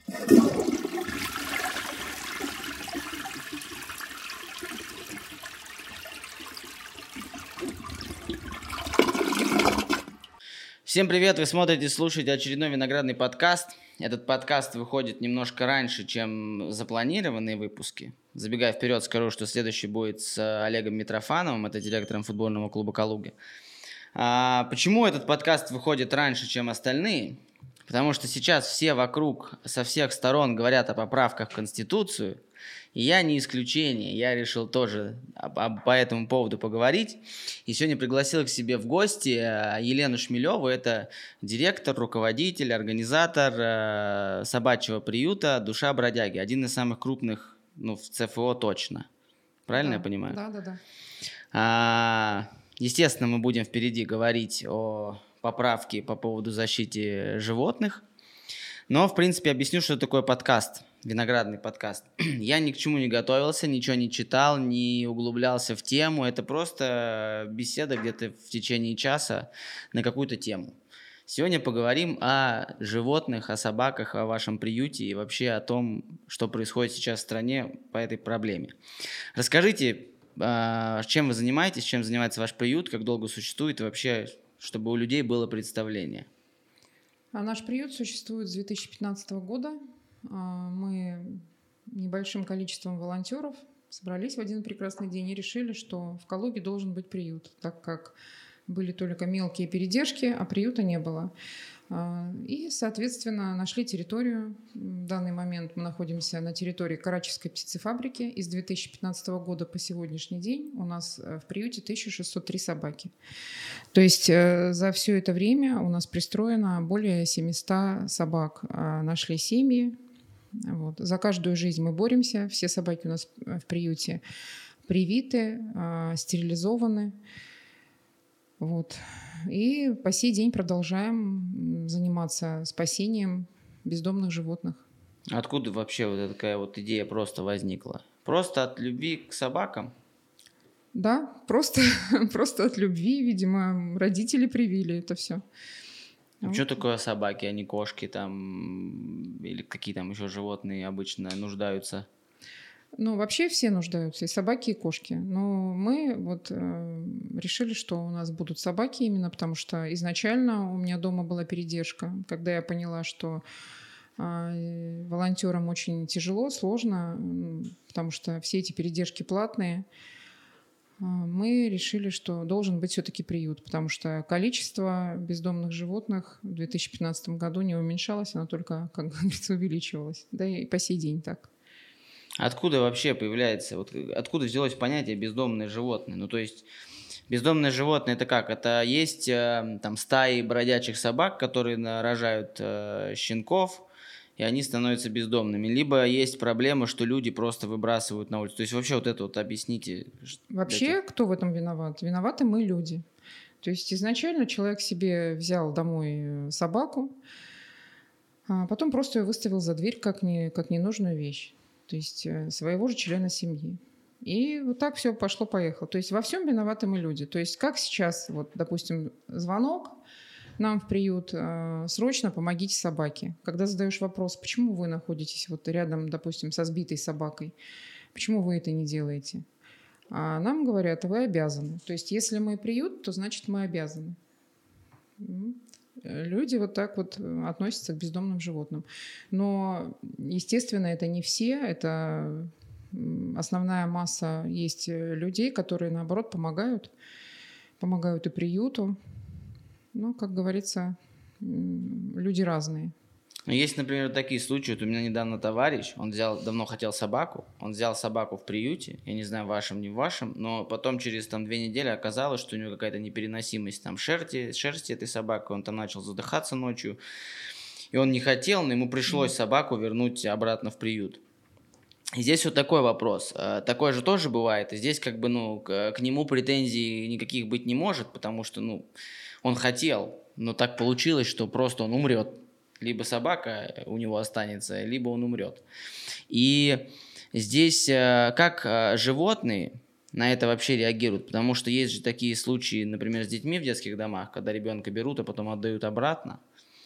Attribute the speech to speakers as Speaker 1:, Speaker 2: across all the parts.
Speaker 1: Всем привет! Вы смотрите, слушаете очередной виноградный подкаст. Этот подкаст выходит немножко раньше, чем запланированные выпуски. Забегая вперед, скажу, что следующий будет с Олегом Митрофановым, это директором футбольного клуба «Калуга». Почему этот подкаст выходит раньше, чем остальные? Потому что сейчас все вокруг со всех сторон говорят о поправках в Конституцию, и я не исключение, я решил тоже по этому поводу поговорить. И сегодня пригласил к себе в гости Елену Шмелеву, это директор, руководитель, организатор собачьего приюта «Душа бродяги», один из самых крупных, в ЦФО точно. Правильно я понимаю?
Speaker 2: Да.
Speaker 1: Естественно, мы будем впереди говорить о поправке по поводу защиты животных, но, в принципе, объясню, что такое подкаст. Виноградный подкаст. Я ни к чему не готовился, ничего не читал, не углублялся в тему. Это просто беседа где-то в течение часа на какую-то тему. Сегодня поговорим о животных, о собаках, о вашем приюте и вообще о том, что происходит сейчас в стране по этой проблеме. Расскажите, чем вы занимаетесь, чем занимается ваш приют, как долго существует и вообще, чтобы у людей было представление.
Speaker 2: Наш приют существует с 2015 года. Мы небольшим количеством волонтеров собрались в один прекрасный день и решили, что в Калуге должен быть приют, так как были только мелкие передержки, а приюта не было. И, соответственно, нашли территорию. В данный момент мы находимся на территории Карачевской птицефабрики. И с 2015 года по сегодняшний день у нас в приюте 1603 собаки. То есть за все это время у нас пристроено более 700 собак. Нашли семьи. Вот. За каждую жизнь мы боремся. Все собаки у нас в приюте привиты, стерилизованы. Вот. И по сей день продолжаем заниматься спасением бездомных животных.
Speaker 1: Откуда вообще вот такая вот идея просто возникла? Просто от любви к собакам?
Speaker 2: Да, просто от любви, видимо, родители привили это все.
Speaker 1: Что такое собаки, а не кошки там или какие там еще животные обычно нуждаются?
Speaker 2: Вообще все нуждаются, и собаки, и кошки. Но мы решили, что у нас будут собаки именно потому, что изначально у меня дома была передержка. Когда я поняла, что волонтерам очень тяжело, сложно, потому что все эти передержки платные, мы решили, что должен быть все-таки приют, потому что количество бездомных животных в 2015 году не уменьшалось, оно только, как говорится, увеличивалось. Да и по сей день так.
Speaker 1: Откуда вообще появляется, откуда взялось понятие бездомные животные? То есть бездомные животные это как? Это есть там стаи бродячих собак, которые рожают щенков, и они становятся бездомными. Либо есть проблема, что люди просто выбрасывают на улицу. То есть вообще это объясните.
Speaker 2: Вообще кто в этом виноват? Виноваты мы, люди. То есть изначально человек себе взял домой собаку, а потом просто ее выставил за дверь как ненужную вещь. То есть своего же члена семьи. И вот так все пошло-поехало. То есть во всем виноваты мы, люди. То есть как сейчас, допустим, звонок нам в приют, срочно помогите собаке. Когда задаешь вопрос, почему вы находитесь рядом, допустим, со сбитой собакой, почему вы это не делаете? А нам говорят, вы обязаны. То есть если мы приют, то значит мы обязаны. Люди так относятся к бездомным животным. Но, естественно, это не все. Это основная масса есть людей, которые, наоборот, помогают. Помогают и приюту. Как говорится, люди разные.
Speaker 1: Есть, например, такие случаи. У меня недавно товарищ, он давно хотел собаку, он взял собаку в приюте, я не знаю, в вашем, не в вашем, но потом через 2 недели оказалось, что у него какая-то непереносимость шерсти этой собаки, он там начал задыхаться ночью, и он не хотел, но ему пришлось собаку вернуть обратно в приют. И здесь такой вопрос. Такое же тоже бывает, и здесь к нему претензий никаких быть не может, потому что, он хотел, но так получилось, что просто он умрет. Либо собака у него останется, либо он умрет. И здесь как животные на это вообще реагируют? Потому что есть же такие случаи, например, с детьми в детских домах, когда ребенка берут, а потом отдают обратно.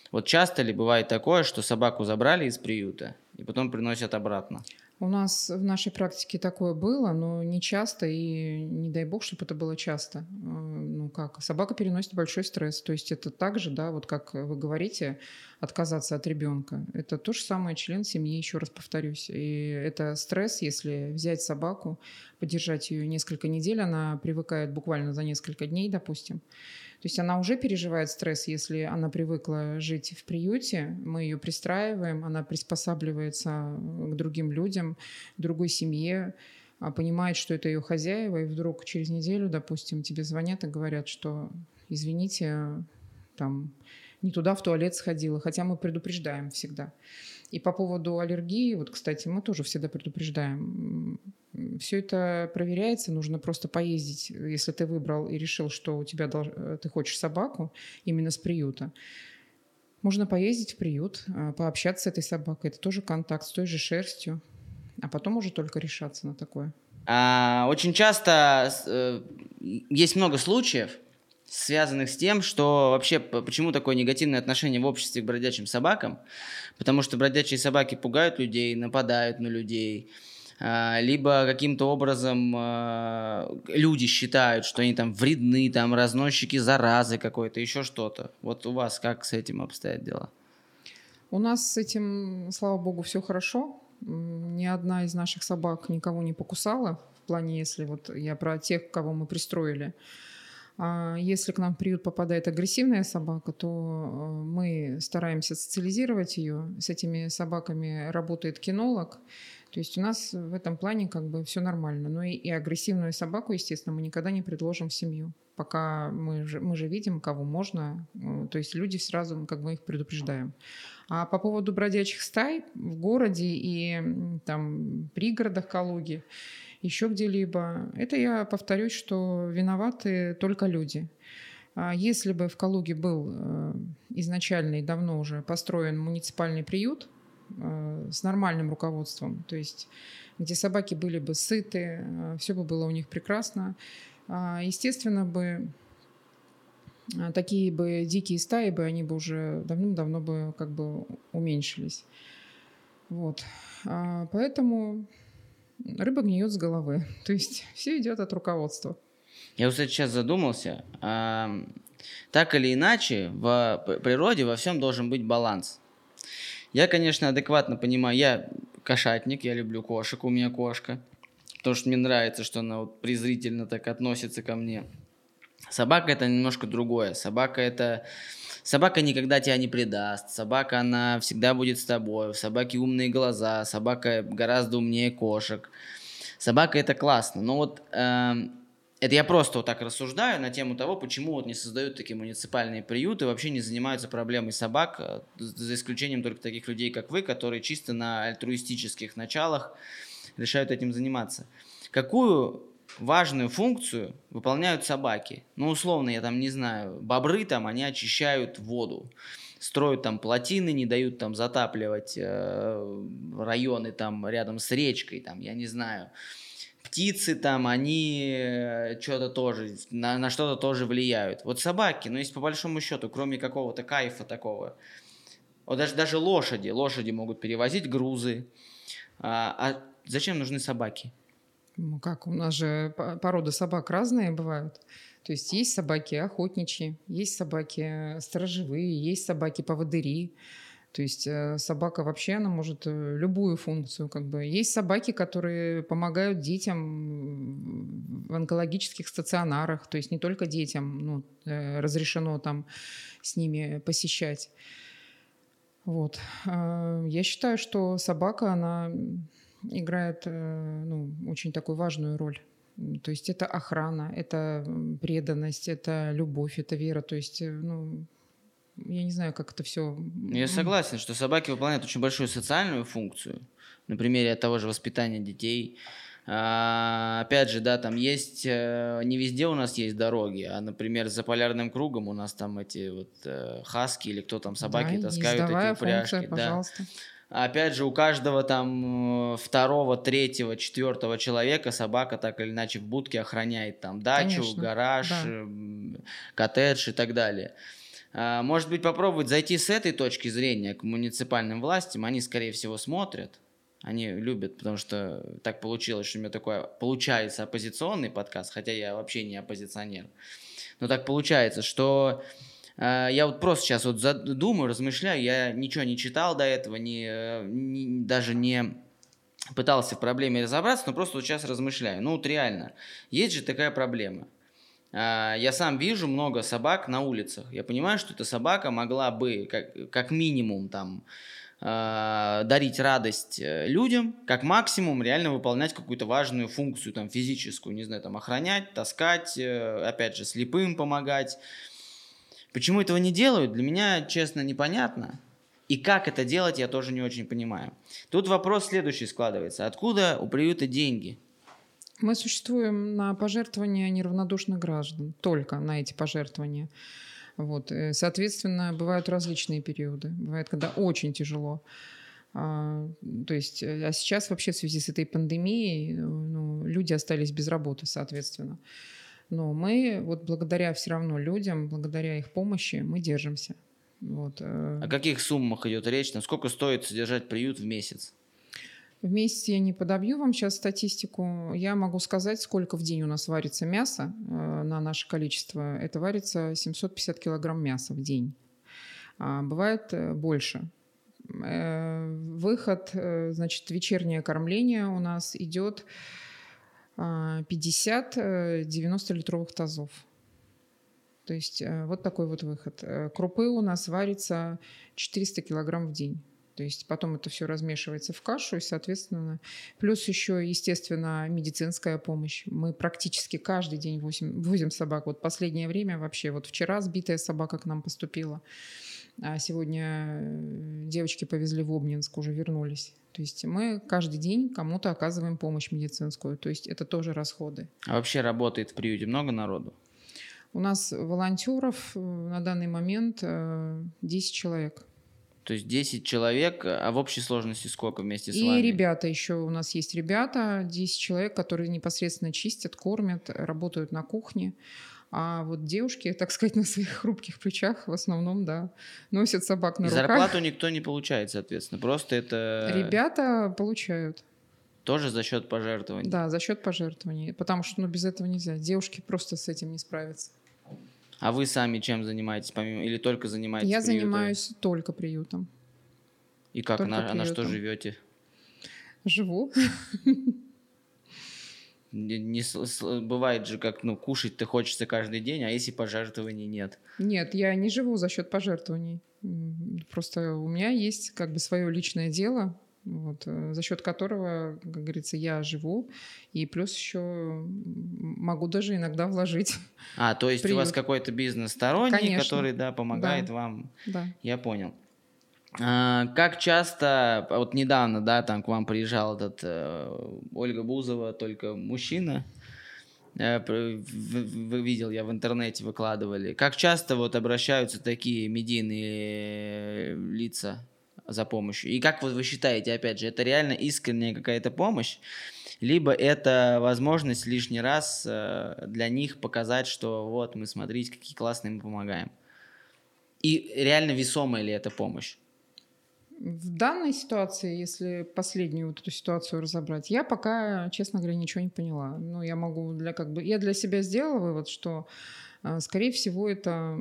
Speaker 1: Вот часто ли бывает такое, что собаку забрали из приюта и потом приносят обратно?
Speaker 2: У нас в нашей практике такое было, но не часто, и не дай бог, чтобы это было часто. Ну как, собака переносит большой стресс. То есть это так же, да, вот как вы говорите, отказаться от ребенка. Это то же самое член семьи, еще раз повторюсь. И это стресс, если взять собаку, подержать ее несколько недель, она привыкает буквально за несколько дней, допустим. То есть она уже переживает стресс, если она привыкла жить в приюте, мы ее пристраиваем, она приспосабливается к другим людям, к другой семье, понимает, что это ее хозяева, и вдруг через неделю, допустим, тебе звонят и говорят, что извините, там не туда в туалет сходила, хотя мы предупреждаем всегда. И по поводу аллергии, вот, кстати, мы тоже всегда предупреждаем. Все это проверяется, нужно просто поездить. Если ты выбрал и решил, что у тебя ты хочешь собаку именно с приюта, можно поездить в приют, пообщаться с этой собакой. Это тоже контакт с той же шерстью. А потом уже только решаться на такое.
Speaker 1: Очень часто есть много случаев, связанных с тем, что вообще почему такое негативное отношение в обществе к бродячим собакам. Потому что бродячие собаки пугают людей, нападают на людей. Либо каким-то образом люди считают, что они там вредны, там разносчики заразы какой-то, еще что-то. Вот у вас как с этим обстоят дела?
Speaker 2: У нас с этим, слава богу, все хорошо. Ни одна из наших собак никого не покусала. В плане, если вот я про тех, кого мы пристроили. Если к нам в приют попадает агрессивная собака, то мы стараемся социализировать ее. С этими собаками работает кинолог. То есть у нас в этом плане как бы все нормально. Но и агрессивную собаку, естественно, мы никогда не предложим в семью. Пока мы же видим, кого можно. То есть люди сразу как бы их предупреждаем. А по поводу бродячих стай в городе и там пригородах Калуги, еще где-либо, это я повторюсь, что виноваты только люди. Если бы в Калуге был изначально и давно уже построен муниципальный приют с нормальным руководством, то есть где собаки были бы сыты, все бы было у них прекрасно, естественно бы такие бы дикие стаи бы, они бы уже давным-давно бы как бы уменьшились. Вот. Поэтому рыба гниет с головы. То есть все идет от руководства.
Speaker 1: Я, кстати, сейчас задумался. Так или иначе, в природе во всем должен быть баланс. Я, конечно, адекватно понимаю, я кошатник, я люблю кошек, у меня кошка. Потому что мне нравится, что она вот презрительно так относится ко мне. Собака – это немножко другое. Собака никогда тебя не предаст. Собака, она всегда будет с тобой. У собаки умные глаза. Собака гораздо умнее кошек. Собака – это классно. Но вот это я просто вот так рассуждаю на тему того, почему вот не создают такие муниципальные приюты, вообще не занимаются проблемой собак, за исключением только таких людей, как вы, которые чисто на альтруистических началах решают этим заниматься. Какую важную функцию выполняют собаки? Ну, условно, я там не знаю, бобры там, они очищают воду, строят там плотины, не дают там затапливать районы там рядом с речкой, там, я не знаю. Птицы там, они что-то тоже, на что-то тоже влияют. Вот собаки, ну, если по большому счету, кроме какого-то кайфа такого, вот даже лошади могут перевозить грузы. А зачем нужны собаки?
Speaker 2: Ну как, у нас же породы собак разные бывают. То есть собаки охотничьи, есть собаки сторожевые, есть собаки-поводыри. То есть собака вообще, она может любую функцию как бы. Есть собаки, которые помогают детям в онкологических стационарах. То есть не только детям разрешено там с ними посещать. Вот. Я считаю, что собака, она играет очень такую важную роль. То есть это охрана, это преданность, это любовь, это вера. То есть, я не знаю, как это все...
Speaker 1: Я согласен, что собаки выполняют очень большую социальную функцию. На примере того же воспитания детей. Опять же, да, там есть... Не везде у нас есть дороги, а, например, за полярным кругом у нас там эти вот хаски или кто там, собаки таскают эти упряжки.
Speaker 2: Функция, пожалуйста.
Speaker 1: Опять же, у каждого там второго, третьего, четвертого человека собака так или иначе в будке охраняет там дачу,
Speaker 2: Конечно,
Speaker 1: гараж,
Speaker 2: да.
Speaker 1: коттедж и так далее. Может быть, попробовать зайти с этой точки зрения к муниципальным властям. Они, скорее всего, смотрят. Они любят, потому что так получилось, что у меня такой получается оппозиционный подкаст, хотя я вообще не оппозиционер. Но так получается, что я вот просто сейчас вот думаю, размышляю, я ничего не читал до этого, даже не пытался в проблеме разобраться, но просто вот сейчас размышляю. Ну вот реально, есть же такая проблема. Я сам вижу много собак на улицах. Я понимаю, что эта собака могла бы как минимум там дарить радость людям, как максимум реально выполнять какую-то важную функцию там физическую, не знаю, там охранять, таскать, опять же слепым помогать. Почему этого не делают, для меня, честно, непонятно. И как это делать, я тоже не очень понимаю. Тут вопрос следующий складывается. Откуда у приюта деньги?
Speaker 2: Мы существуем на пожертвования неравнодушных граждан, только на эти пожертвования. Вот. Соответственно, бывают различные периоды. Бывает, когда очень тяжело. То есть, а сейчас вообще в связи с этой пандемией люди остались без работы, соответственно. Но мы вот благодаря все равно людям, благодаря их помощи мы держимся. Вот.
Speaker 1: О каких суммах идет речь? Сколько стоит содержать приют в месяц?
Speaker 2: В месяц я не подобью вам сейчас статистику. Я могу сказать, сколько в день у нас варится мяса на наше количество. Это варится 750 килограмм мяса в день. Бывает больше. Выход, значит, вечернее кормление у нас идет 50-90 литровых тазов. То есть вот такой вот выход. Крупы у нас варится 400 килограмм в день. То есть потом это все размешивается в кашу, и, соответственно, плюс еще, естественно, медицинская помощь. Мы практически каждый день возим собак. Вот последнее время вообще, вот вчера сбитая собака к нам поступила, а сегодня девочки повезли в Обнинск, уже вернулись. То есть мы каждый день кому-то оказываем помощь медицинскую. То есть это тоже расходы.
Speaker 1: А вообще работает в приюте много народу?
Speaker 2: У нас волонтеров на данный момент 10 человек.
Speaker 1: То есть 10 человек, а в общей сложности сколько вместе с
Speaker 2: и
Speaker 1: вами?
Speaker 2: И ребята еще, у нас есть ребята, 10 человек, которые непосредственно чистят, кормят, работают на кухне. А вот девушки, так сказать, на своих хрупких плечах в основном, да, носят собак на
Speaker 1: И
Speaker 2: руках.
Speaker 1: зарплату никто не получает, соответственно, просто это...
Speaker 2: Ребята получают.
Speaker 1: Тоже за счет пожертвований?
Speaker 2: Да, за счет пожертвований, потому что без этого нельзя. Девушки просто с этим не справятся.
Speaker 1: А вы сами чем занимаетесь, помимо, или только занимаетесь
Speaker 2: Я
Speaker 1: приютом?
Speaker 2: занимаюсь только приютом.
Speaker 1: И как,
Speaker 2: только
Speaker 1: на что
Speaker 2: приютом.
Speaker 1: живете?
Speaker 2: Живу.
Speaker 1: Бывает же, как, кушать-то хочется каждый день, а если пожертвований нет?
Speaker 2: Нет, я не живу за счет пожертвований. Просто у меня есть как бы свое личное дело, вот, за счет которого, как говорится, я живу, и плюс еще могу даже иногда вложить.
Speaker 1: То есть у вас какой-то бизнес сторонний,
Speaker 2: Конечно.
Speaker 1: который, да, помогает вам?
Speaker 2: Да.
Speaker 1: Я понял. Как часто, вот недавно, да, там к вам приезжал Ольга Бузова, только мужчина, видел я в интернете, выкладывали. Как часто вот обращаются такие медийные лица за помощью? И как вот вы считаете, опять же, это реально искренняя какая-то помощь, либо это возможность лишний раз для них показать, что вот мы, смотрите, какие классные мы помогаем? И реально весомая ли эта помощь?
Speaker 2: В данной ситуации, если последнюю вот эту ситуацию разобрать, я пока, честно говоря, ничего не поняла. Ну, я могу я для себя сделала вывод, что, скорее всего, это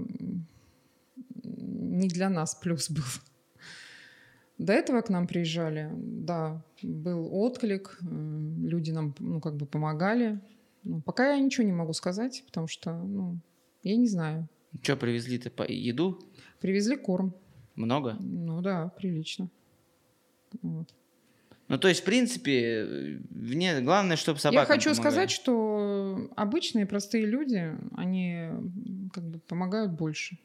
Speaker 2: не для нас плюс был. До этого к нам приезжали, да, был отклик, люди нам, помогали. Пока я ничего не могу сказать, потому что, я не знаю.
Speaker 1: Что привезли-то? Еду?
Speaker 2: Привезли корм.
Speaker 1: Много?
Speaker 2: Да, прилично. Вот.
Speaker 1: То есть, в принципе, главное, чтобы собакам
Speaker 2: Я хочу
Speaker 1: помогали.
Speaker 2: сказать, что обычные простые люди, они помогают больше.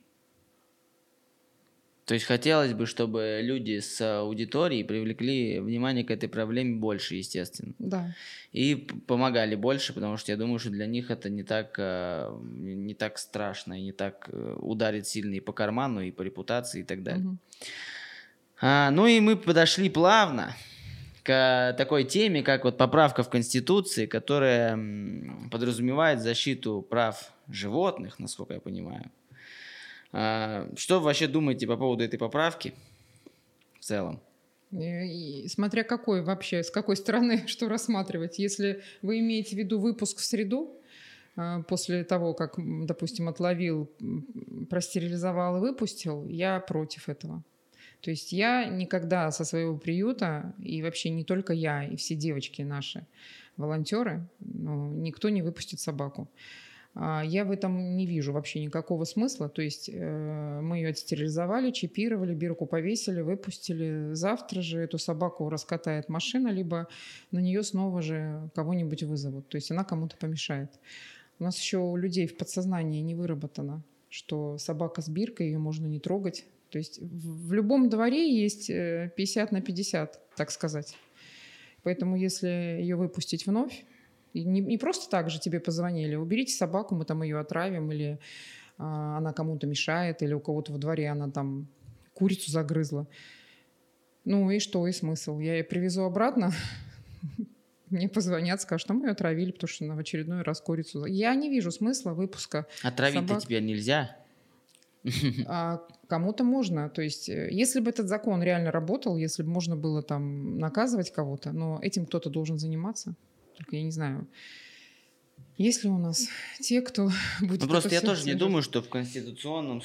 Speaker 1: То есть хотелось бы, чтобы люди с аудиторией привлекли внимание к этой проблеме больше, естественно.
Speaker 2: Да.
Speaker 1: И помогали больше, потому что я думаю, что для них это не так страшно, и не так ударит сильно и по карману, и по репутации, и так далее.
Speaker 2: Угу.
Speaker 1: И мы подошли плавно к такой теме, как вот поправка в Конституции, которая подразумевает защиту прав животных, насколько я понимаю. Что вы вообще думаете по поводу этой поправки в целом?
Speaker 2: И смотря какой вообще, с какой стороны что рассматривать. Если вы имеете в виду выпуск в среду, после того, как, допустим, отловил, простерилизовал и выпустил, я против этого. То есть я никогда со своего приюта, и вообще не только я, и все девочки наши, волонтеры, никто не выпустит собаку. Я в этом не вижу вообще никакого смысла. То есть мы ее отстерилизовали, чипировали, бирку повесили, выпустили. Завтра же эту собаку раскатает машина, либо на нее снова же кого-нибудь вызовут. То есть она кому-то помешает. У нас еще у людей в подсознании не выработано, что собака с биркой, ее можно не трогать. То есть в любом дворе есть 50/50, так сказать. Поэтому если ее выпустить вновь, и не просто так же тебе позвонили, уберите собаку, мы там ее отравим, или она кому-то мешает, или у кого-то во дворе она там курицу загрызла. Ну и что, и смысл? Я ее привезу обратно, мне позвонят, скажут, что мы ее отравили, потому что она в очередной раз курицу... Я не вижу смысла выпуска
Speaker 1: Отравить-то теперь нельзя?
Speaker 2: Кому-то можно. То есть, если бы этот закон реально работал, если бы можно было там наказывать кого-то, но этим кто-то должен заниматься. Только я не знаю, есть ли у нас те, кто будет...
Speaker 1: Ну, просто я тоже не думаю, что в Конституционном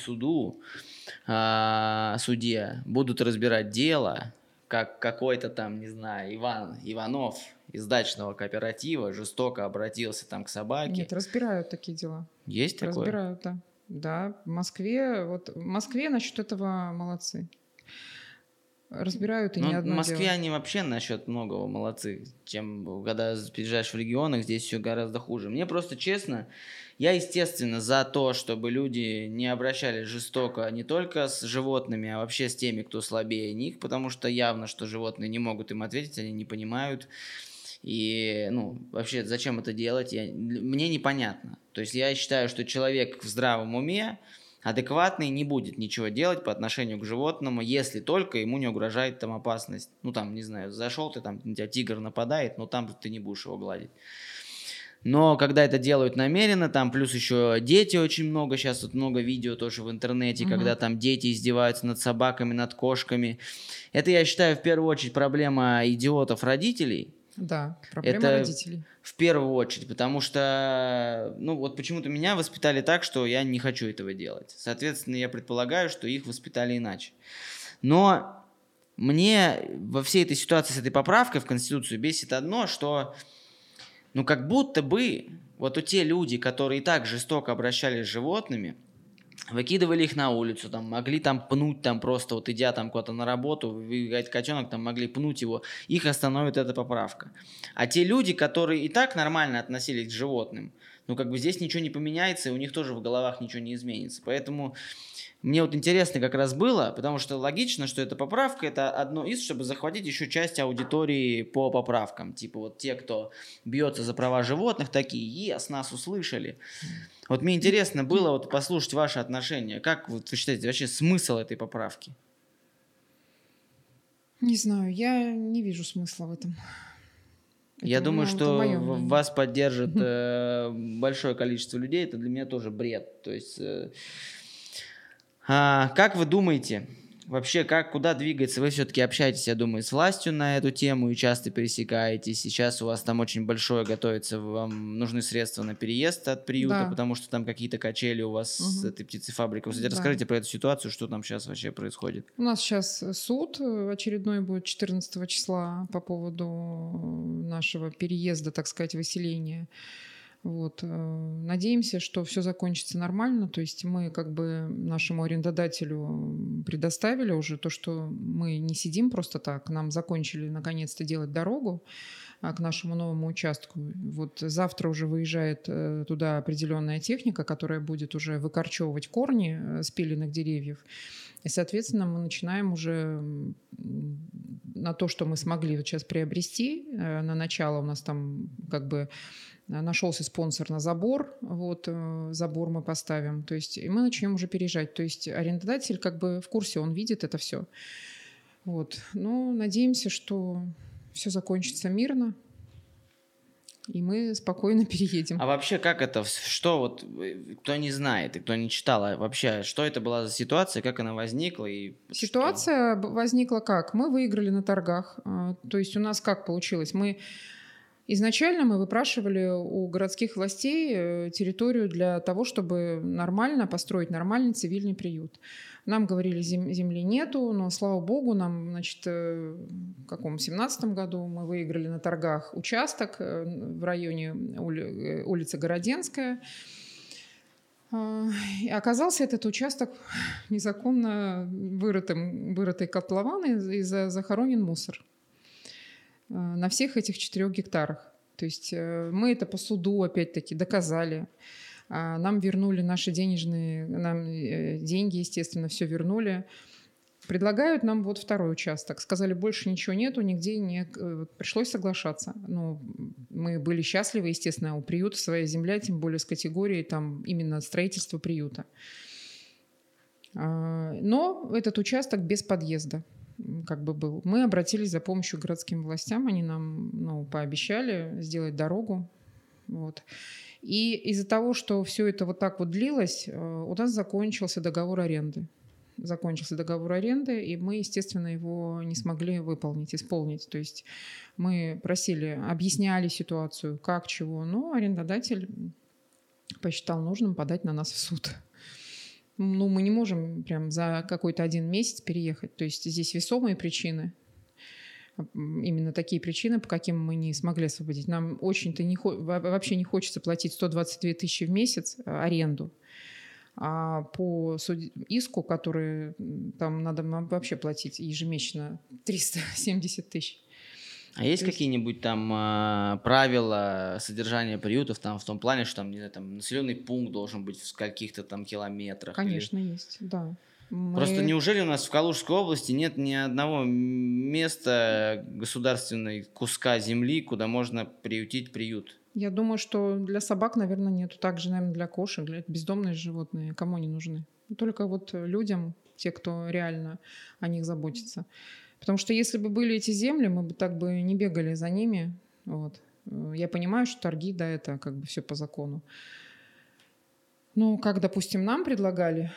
Speaker 1: суде будут разбирать дело, как какой-то там, не знаю, Иванов из дачного кооператива жестоко обратился там к собаке.
Speaker 2: Нет, разбирают такие дела.
Speaker 1: Есть такое?
Speaker 2: Разбирают, да. Да, в Москве насчет этого молодцы. Разбирают и не одно дело.
Speaker 1: В Москве они вообще насчет многого молодцы, чем когда приезжаешь в регионах, здесь все гораздо хуже. Мне просто честно, я, естественно, за то, чтобы люди не обращались жестоко не только с животными, а вообще с теми, кто слабее них, потому что явно, что животные не могут им ответить, они не понимают. И, вообще, зачем это делать, мне непонятно. То есть я считаю, что человек в здравом уме, адекватный, не будет ничего делать по отношению к животному, если только ему не угрожает там опасность. Не знаю, зашел ты, там на тебя тигр нападает, но там ты не будешь его гладить. Но когда это делают намеренно, там плюс еще дети очень много, сейчас тут много видео тоже в интернете, когда там дети издеваются над собаками, над кошками. Это, я считаю, в первую очередь проблема идиотов-родителей.
Speaker 2: Да, проблема родителей.
Speaker 1: В первую очередь, потому что, почему-то меня воспитали так, что я не хочу этого делать. Соответственно, я предполагаю, что их воспитали иначе. Но мне во всей этой ситуации с этой поправкой в Конституцию бесит одно, что, как будто бы вот те люди, которые и так жестоко обращались с животными, выкидывали их на улицу, там, могли там пнуть, там, просто идя там куда-то на работу, выбегать котенок, там, могли пнуть его, их остановит эта поправка. А те люди, которые и так нормально относились к животным, здесь ничего не поменяется, и у них тоже в головах ничего не изменится. Поэтому мне интересно как раз было, потому что логично, что эта поправка, это одно из, чтобы захватить еще часть аудитории по поправкам. Типа те, кто бьется за права животных, такие, нас услышали. Мне интересно было послушать ваши отношения. Как вы считаете, вообще смысл этой поправки?
Speaker 2: Не знаю, я не вижу смысла в этом.
Speaker 1: Я думаю, что вас поддержит большое количество людей. Это для меня тоже бред. То есть, как вы думаете, вообще, куда двигаться? Вы все-таки общаетесь, я думаю, с властью на эту тему и часто пересекаетесь. Сейчас у вас там очень большое готовится, вам нужны средства на переезд от приюта, потому что там какие-то качели у вас с этой птицефабрикой. Расскажите про эту ситуацию, что там сейчас вообще происходит.
Speaker 2: У нас сейчас суд очередной будет 14 числа по поводу нашего переезда, так сказать, выселения. Надеемся, что все закончится нормально. То есть мы нашему арендодателю предоставили уже то, что мы не сидим просто так. Нам закончили наконец-то делать дорогу к нашему новому участку. Завтра уже выезжает туда определенная техника, которая будет уже выкорчевывать корни спиленных деревьев. И, соответственно, мы начинаем уже на то, что мы смогли сейчас приобрести. На начало у нас там нашелся спонсор на забор, забор мы поставим, то есть и мы начнем уже переезжать, то есть арендодатель в курсе, он видит это все. Но надеемся, что все закончится мирно. и мы спокойно переедем.
Speaker 1: А вообще, как это, что вот, кто не знает и кто не читал, а вообще, что это была за ситуация, как она возникла? И
Speaker 2: Ситуация возникла как? Мы выиграли на торгах. То есть у нас как получилось? Изначально мы выпрашивали у городских властей территорию для того, чтобы нормально построить нормальный цивильный приют. Нам говорили, земли нету, но, слава богу, нам, значит, в 2017 году мы выиграли на торгах участок в районе улицы Городенская. И оказался этот участок незаконно вырытый котлован и захоронен мусор на всех этих 4 гектарах. То есть мы это по суду опять-таки доказали. Нам вернули наши деньги, естественно, все вернули. Предлагают нам вот второй участок. Сказали, больше ничего нету, нигде не... Пришлось соглашаться. Ну, мы были счастливы, естественно, у приюта своя земля, тем более с категорией там именно строительства приюта. Но этот участок без подъезда как бы был. Мы обратились за помощью к городским властям, они нам пообещали сделать дорогу. Вот. И из-за того, что все это вот так вот длилось, у нас закончился договор аренды. И мы, естественно, его не смогли исполнить. То есть мы просили, объясняли ситуацию, как, чего, но арендодатель посчитал нужным подать на нас в суд. Ну, мы не можем прям за какой-то 1 месяц переехать. То есть здесь весомые причины. Именно такие причины, по каким мы не смогли освободить. Нам очень-то вообще не хочется платить 122 тысячи в месяц аренду. А по иску, который там надо вообще платить ежемесячно 370 тысяч.
Speaker 1: А есть какие-нибудь там правила содержания приютов там в том плане, что там, не знаю, там населенный пункт должен быть в скольких-то там километрах?
Speaker 2: Конечно, есть, да.
Speaker 1: Просто неужели у нас в Калужской области нет ни одного места государственной куска земли, куда можно приютить приют?
Speaker 2: Я думаю, что для собак, наверное, нету. Также, наверное, для кошек, для бездомные животные. Кому они нужны? Только вот людям, те, кто реально о них заботится. Потому что если бы были эти земли, мы бы так бы не бегали за ними. Вот. Я понимаю, что торги, да, это как бы все по закону. Но как, допустим, нам предлагали,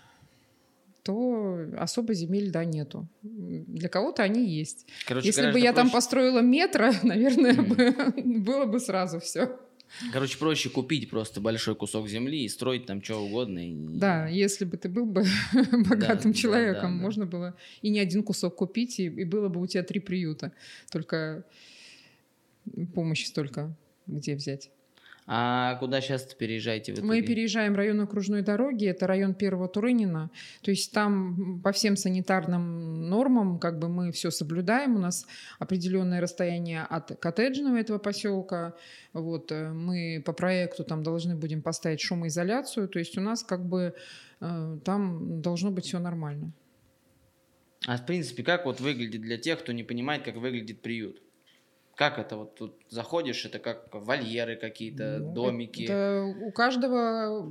Speaker 2: то особо земель, да, нету. Для кого-то они есть.
Speaker 1: Короче,
Speaker 2: если бы я там построила метро, наверное, было бы сразу все.
Speaker 1: Короче, проще купить просто большой кусок земли и строить там что угодно.
Speaker 2: Да, если бы ты был бы богатым человеком, можно было и не 1 кусок купить, и было бы у тебя 3 приюта. Только помощи столько где взять.
Speaker 1: А куда сейчас переезжаете в итоге?
Speaker 2: Мы переезжаем в район окружной дороги, это район 1-го Турынина. То есть там по всем санитарным нормам как бы мы все соблюдаем. У нас определенное расстояние от коттеджного этого поселка. Вот, мы по проекту там должны будем поставить шумоизоляцию. То есть у нас как бы там должно быть все нормально.
Speaker 1: А в принципе, как вот выглядит для тех, кто не понимает, как выглядит приют? Как это? Вот тут заходишь, это как вольеры какие-то, домики?
Speaker 2: Это у каждого,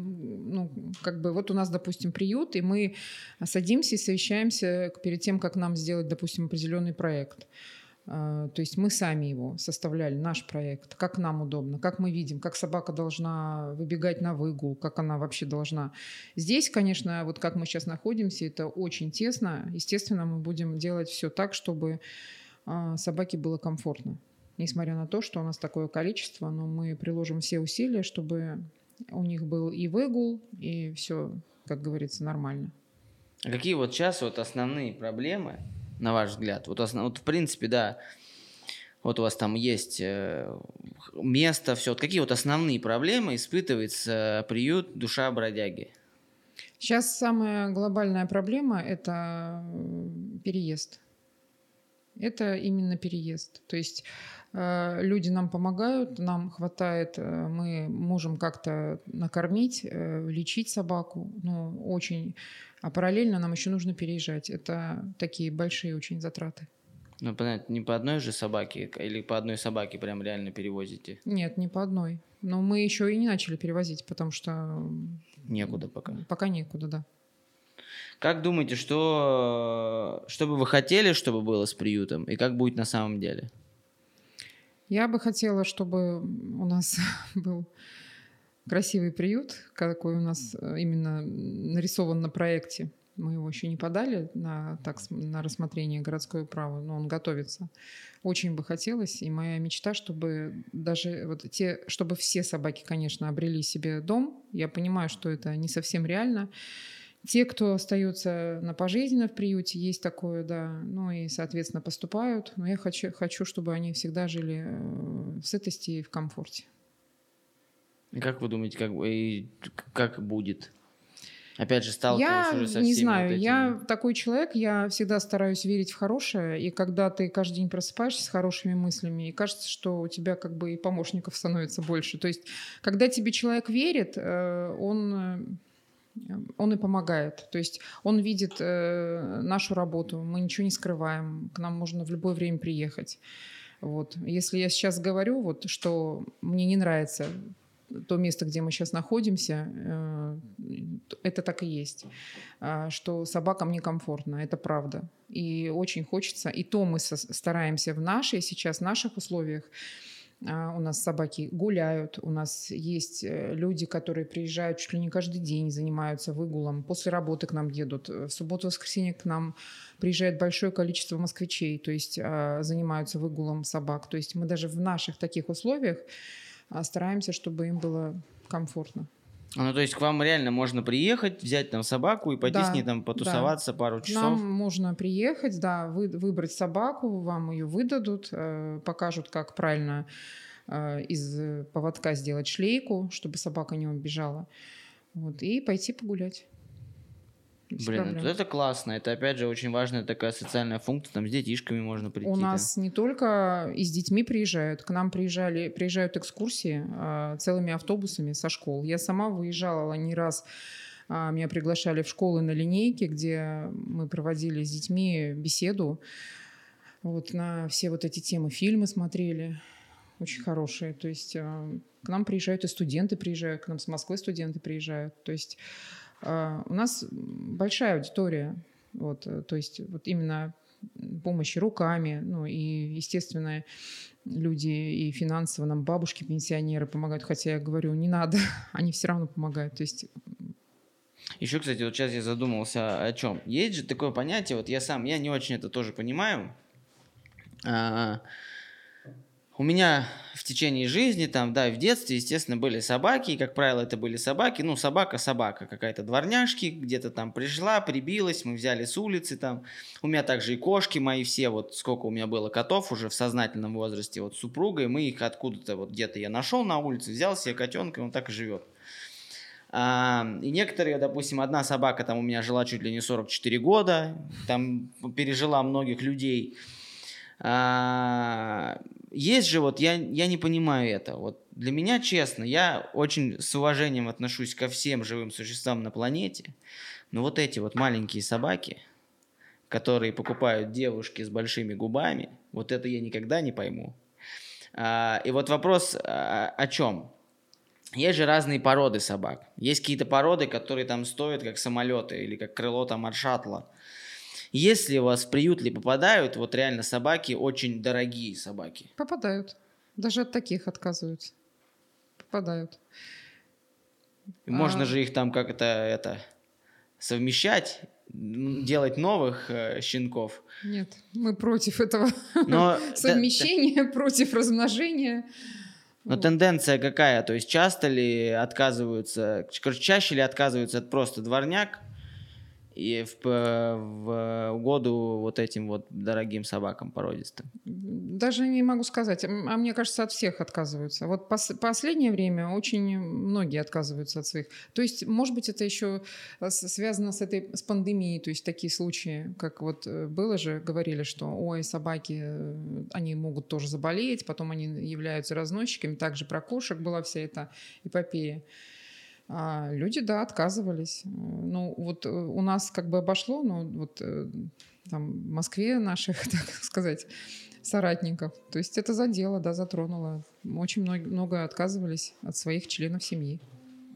Speaker 2: как бы вот у нас, допустим, приют, и мы садимся и совещаемся перед тем, как нам сделать, допустим, определенный проект. То есть мы сами его составляли, наш проект, как нам удобно, как мы видим, как собака должна выбегать на выгул, как она вообще должна. Здесь, конечно, вот как мы сейчас находимся, это очень тесно. Естественно, мы будем делать все так, чтобы собаке было комфортно. Несмотря на то, что у нас такое количество, но мы приложим все усилия, чтобы у них был и выгул, и все, как говорится, нормально.
Speaker 1: А какие вот сейчас вот основные проблемы, на ваш взгляд? Вот в принципе, да, вот у вас там есть место, все. Вот какие вот основные проблемы испытывает приют «Душа бродяги»?
Speaker 2: Сейчас самая глобальная проблема – это переезд. Это именно переезд. То есть люди нам помогают, нам хватает, мы можем как-то накормить, лечить собаку, но очень... А параллельно нам еще нужно переезжать. Это такие большие очень затраты.
Speaker 1: Ну, понятно, не по одной же собаке или по одной собаке прям реально перевозите?
Speaker 2: Нет, не по одной. Но мы еще и не начали перевозить, потому что...
Speaker 1: Некуда пока.
Speaker 2: Пока некуда, да.
Speaker 1: Как думаете, что бы вы хотели, чтобы было с приютом, и как будет на самом деле?
Speaker 2: Я бы хотела, чтобы у нас был красивый приют, какой у нас именно нарисован на проекте. Мы его еще не подали на рассмотрение городское право, но он готовится. Очень бы хотелось, и моя мечта, чтобы даже чтобы все собаки, конечно, обрели себе дом. Я понимаю, что это не совсем реально. Те, кто остается на пожизненно в приюте, есть такое, да, ну и, соответственно, поступают. Но я хочу, чтобы они всегда жили в сытости и в комфорте.
Speaker 1: И как вы думаете, как будет? Опять же, сталкиваясь
Speaker 2: Я
Speaker 1: уже со
Speaker 2: не
Speaker 1: всеми
Speaker 2: знаю,
Speaker 1: вот этими...
Speaker 2: я такой человек, я всегда стараюсь верить в хорошее, и когда ты каждый день просыпаешься с хорошими мыслями, и кажется, что у тебя как бы и помощников становится больше. То есть, когда тебе человек верит, он и помогает. То есть он видит нашу работу, мы ничего не скрываем, к нам можно в любое время приехать. Вот. Если я сейчас говорю, вот, что мне не нравится то место, где мы сейчас находимся, это так и есть, что собакам некомфортно, это правда. И очень хочется, и то мы стараемся в наших условиях. У нас собаки гуляют, у нас есть люди, которые приезжают чуть ли не каждый день, занимаются выгулом, после работы к нам едут, в субботу-воскресенье к нам приезжает большое количество москвичей, то есть занимаются выгулом собак. То есть мы даже в наших таких условиях стараемся, чтобы им было комфортно.
Speaker 1: Ну, то есть к вам реально можно приехать, взять там собаку и пойти с ней там потусоваться пару часов?
Speaker 2: К нам можно приехать, да, выбрать собаку, вам ее выдадут, покажут, как правильно из поводка сделать шлейку, чтобы собака не убежала, вот, и пойти погулять.
Speaker 1: Блин, ну это классно. Это, опять же, очень важная такая социальная функция. Там с детишками можно прийти.
Speaker 2: У нас не только и с детьми приезжают. К нам приезжают экскурсии целыми автобусами со школ. Я сама выезжала не раз. Меня приглашали в школы на линейке, где мы проводили с детьми беседу. Вот на все вот эти темы фильмы смотрели. Очень хорошие. То есть к нам приезжают и студенты приезжают. К нам с Москвы студенты приезжают. То есть у нас большая аудитория, вот, то есть вот именно помощи руками, ну и, естественно, люди и финансово нам бабушки, пенсионеры помогают, хотя я говорю, не надо, они все равно помогают, то есть...
Speaker 1: Еще, кстати, вот сейчас я задумался о чем. Есть же такое понятие, вот я не очень это тоже понимаю. У меня в течение жизни, там, да, в детстве, естественно, были собаки, и, как правило, это были собаки, ну, собака какая-то дворняжки, где-то там пришла, прибилась, мы взяли с улицы там. У меня также и кошки мои все, вот сколько у меня было котов уже в сознательном возрасте, вот с супругой, мы их откуда-то, вот где-то я нашел на улице, взял себе котенка, и он так и живет. И некоторые, допустим, одна собака там у меня жила чуть ли не 44 года, там пережила многих людей. Есть же, вот я не понимаю это. Вот для меня, честно, я очень с уважением отношусь ко всем живым существам на планете, но вот эти вот маленькие собаки, которые покупают девушки с большими губами, вот это я никогда не пойму. И вот вопрос о чем? Есть же разные породы собак. Есть какие-то породы, которые там стоят как самолеты или как крыло там от шаттла. Если у вас в приют ли попадают, вот реально собаки, очень дорогие собаки?
Speaker 2: Попадают. Даже от таких отказываются. Попадают.
Speaker 1: И можно же их там как это совмещать, делать новых щенков.
Speaker 2: Нет, мы против этого
Speaker 1: Но
Speaker 2: совмещения, против размножения.
Speaker 1: Но тенденция какая? То есть чаще ли отказываются от просто дворняк и в угоду вот этим вот дорогим собакам породистым?
Speaker 2: Даже не могу сказать. А мне кажется, от всех отказываются. Вот последнее время очень многие отказываются от своих. То есть, может быть, это еще связано с пандемией. То есть такие случаи, как вот было же, говорили, что ой, собаки, они могут тоже заболеть, потом они являются разносчиками. Также про кошек была вся эта эпопея. А люди, да, отказывались. Ну, вот у нас как бы обошло, но вот там в Москве наших, так сказать, соратников. То есть это задело, да, затронуло. Очень много отказывались от своих членов семьи.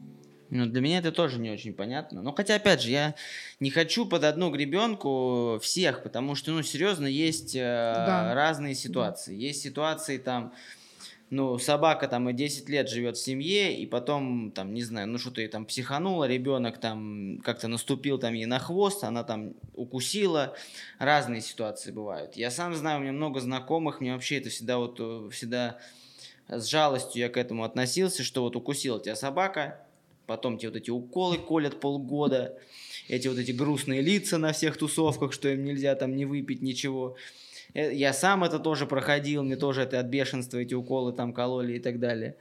Speaker 1: Ну, для меня это тоже не очень понятно. Но хотя, опять же, я не хочу под одну гребенку всех, потому что, ну, серьезно, есть
Speaker 2: Да,
Speaker 1: разные
Speaker 2: да.
Speaker 1: ситуации. Есть ситуации, там, ну, собака там и 10 лет живет в семье, и потом, там, не знаю, ну, что-то ей там психануло, ребенок там как-то наступил там ей на хвост, она там укусила. Разные ситуации бывают. Я сам знаю, у меня много знакомых, мне вообще это всегда вот, всегда с жалостью я к этому относился, что вот укусила тебя собака, потом тебе вот эти уколы колят полгода, эти вот эти грустные лица на всех тусовках, что им нельзя там не выпить ничего. Я сам это тоже проходил, мне тоже это от бешенства эти уколы там кололи и так далее.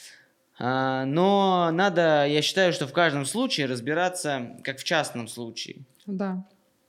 Speaker 1: Но надо, я считаю, что в каждом случае разбираться, как в частном случае.
Speaker 2: Да.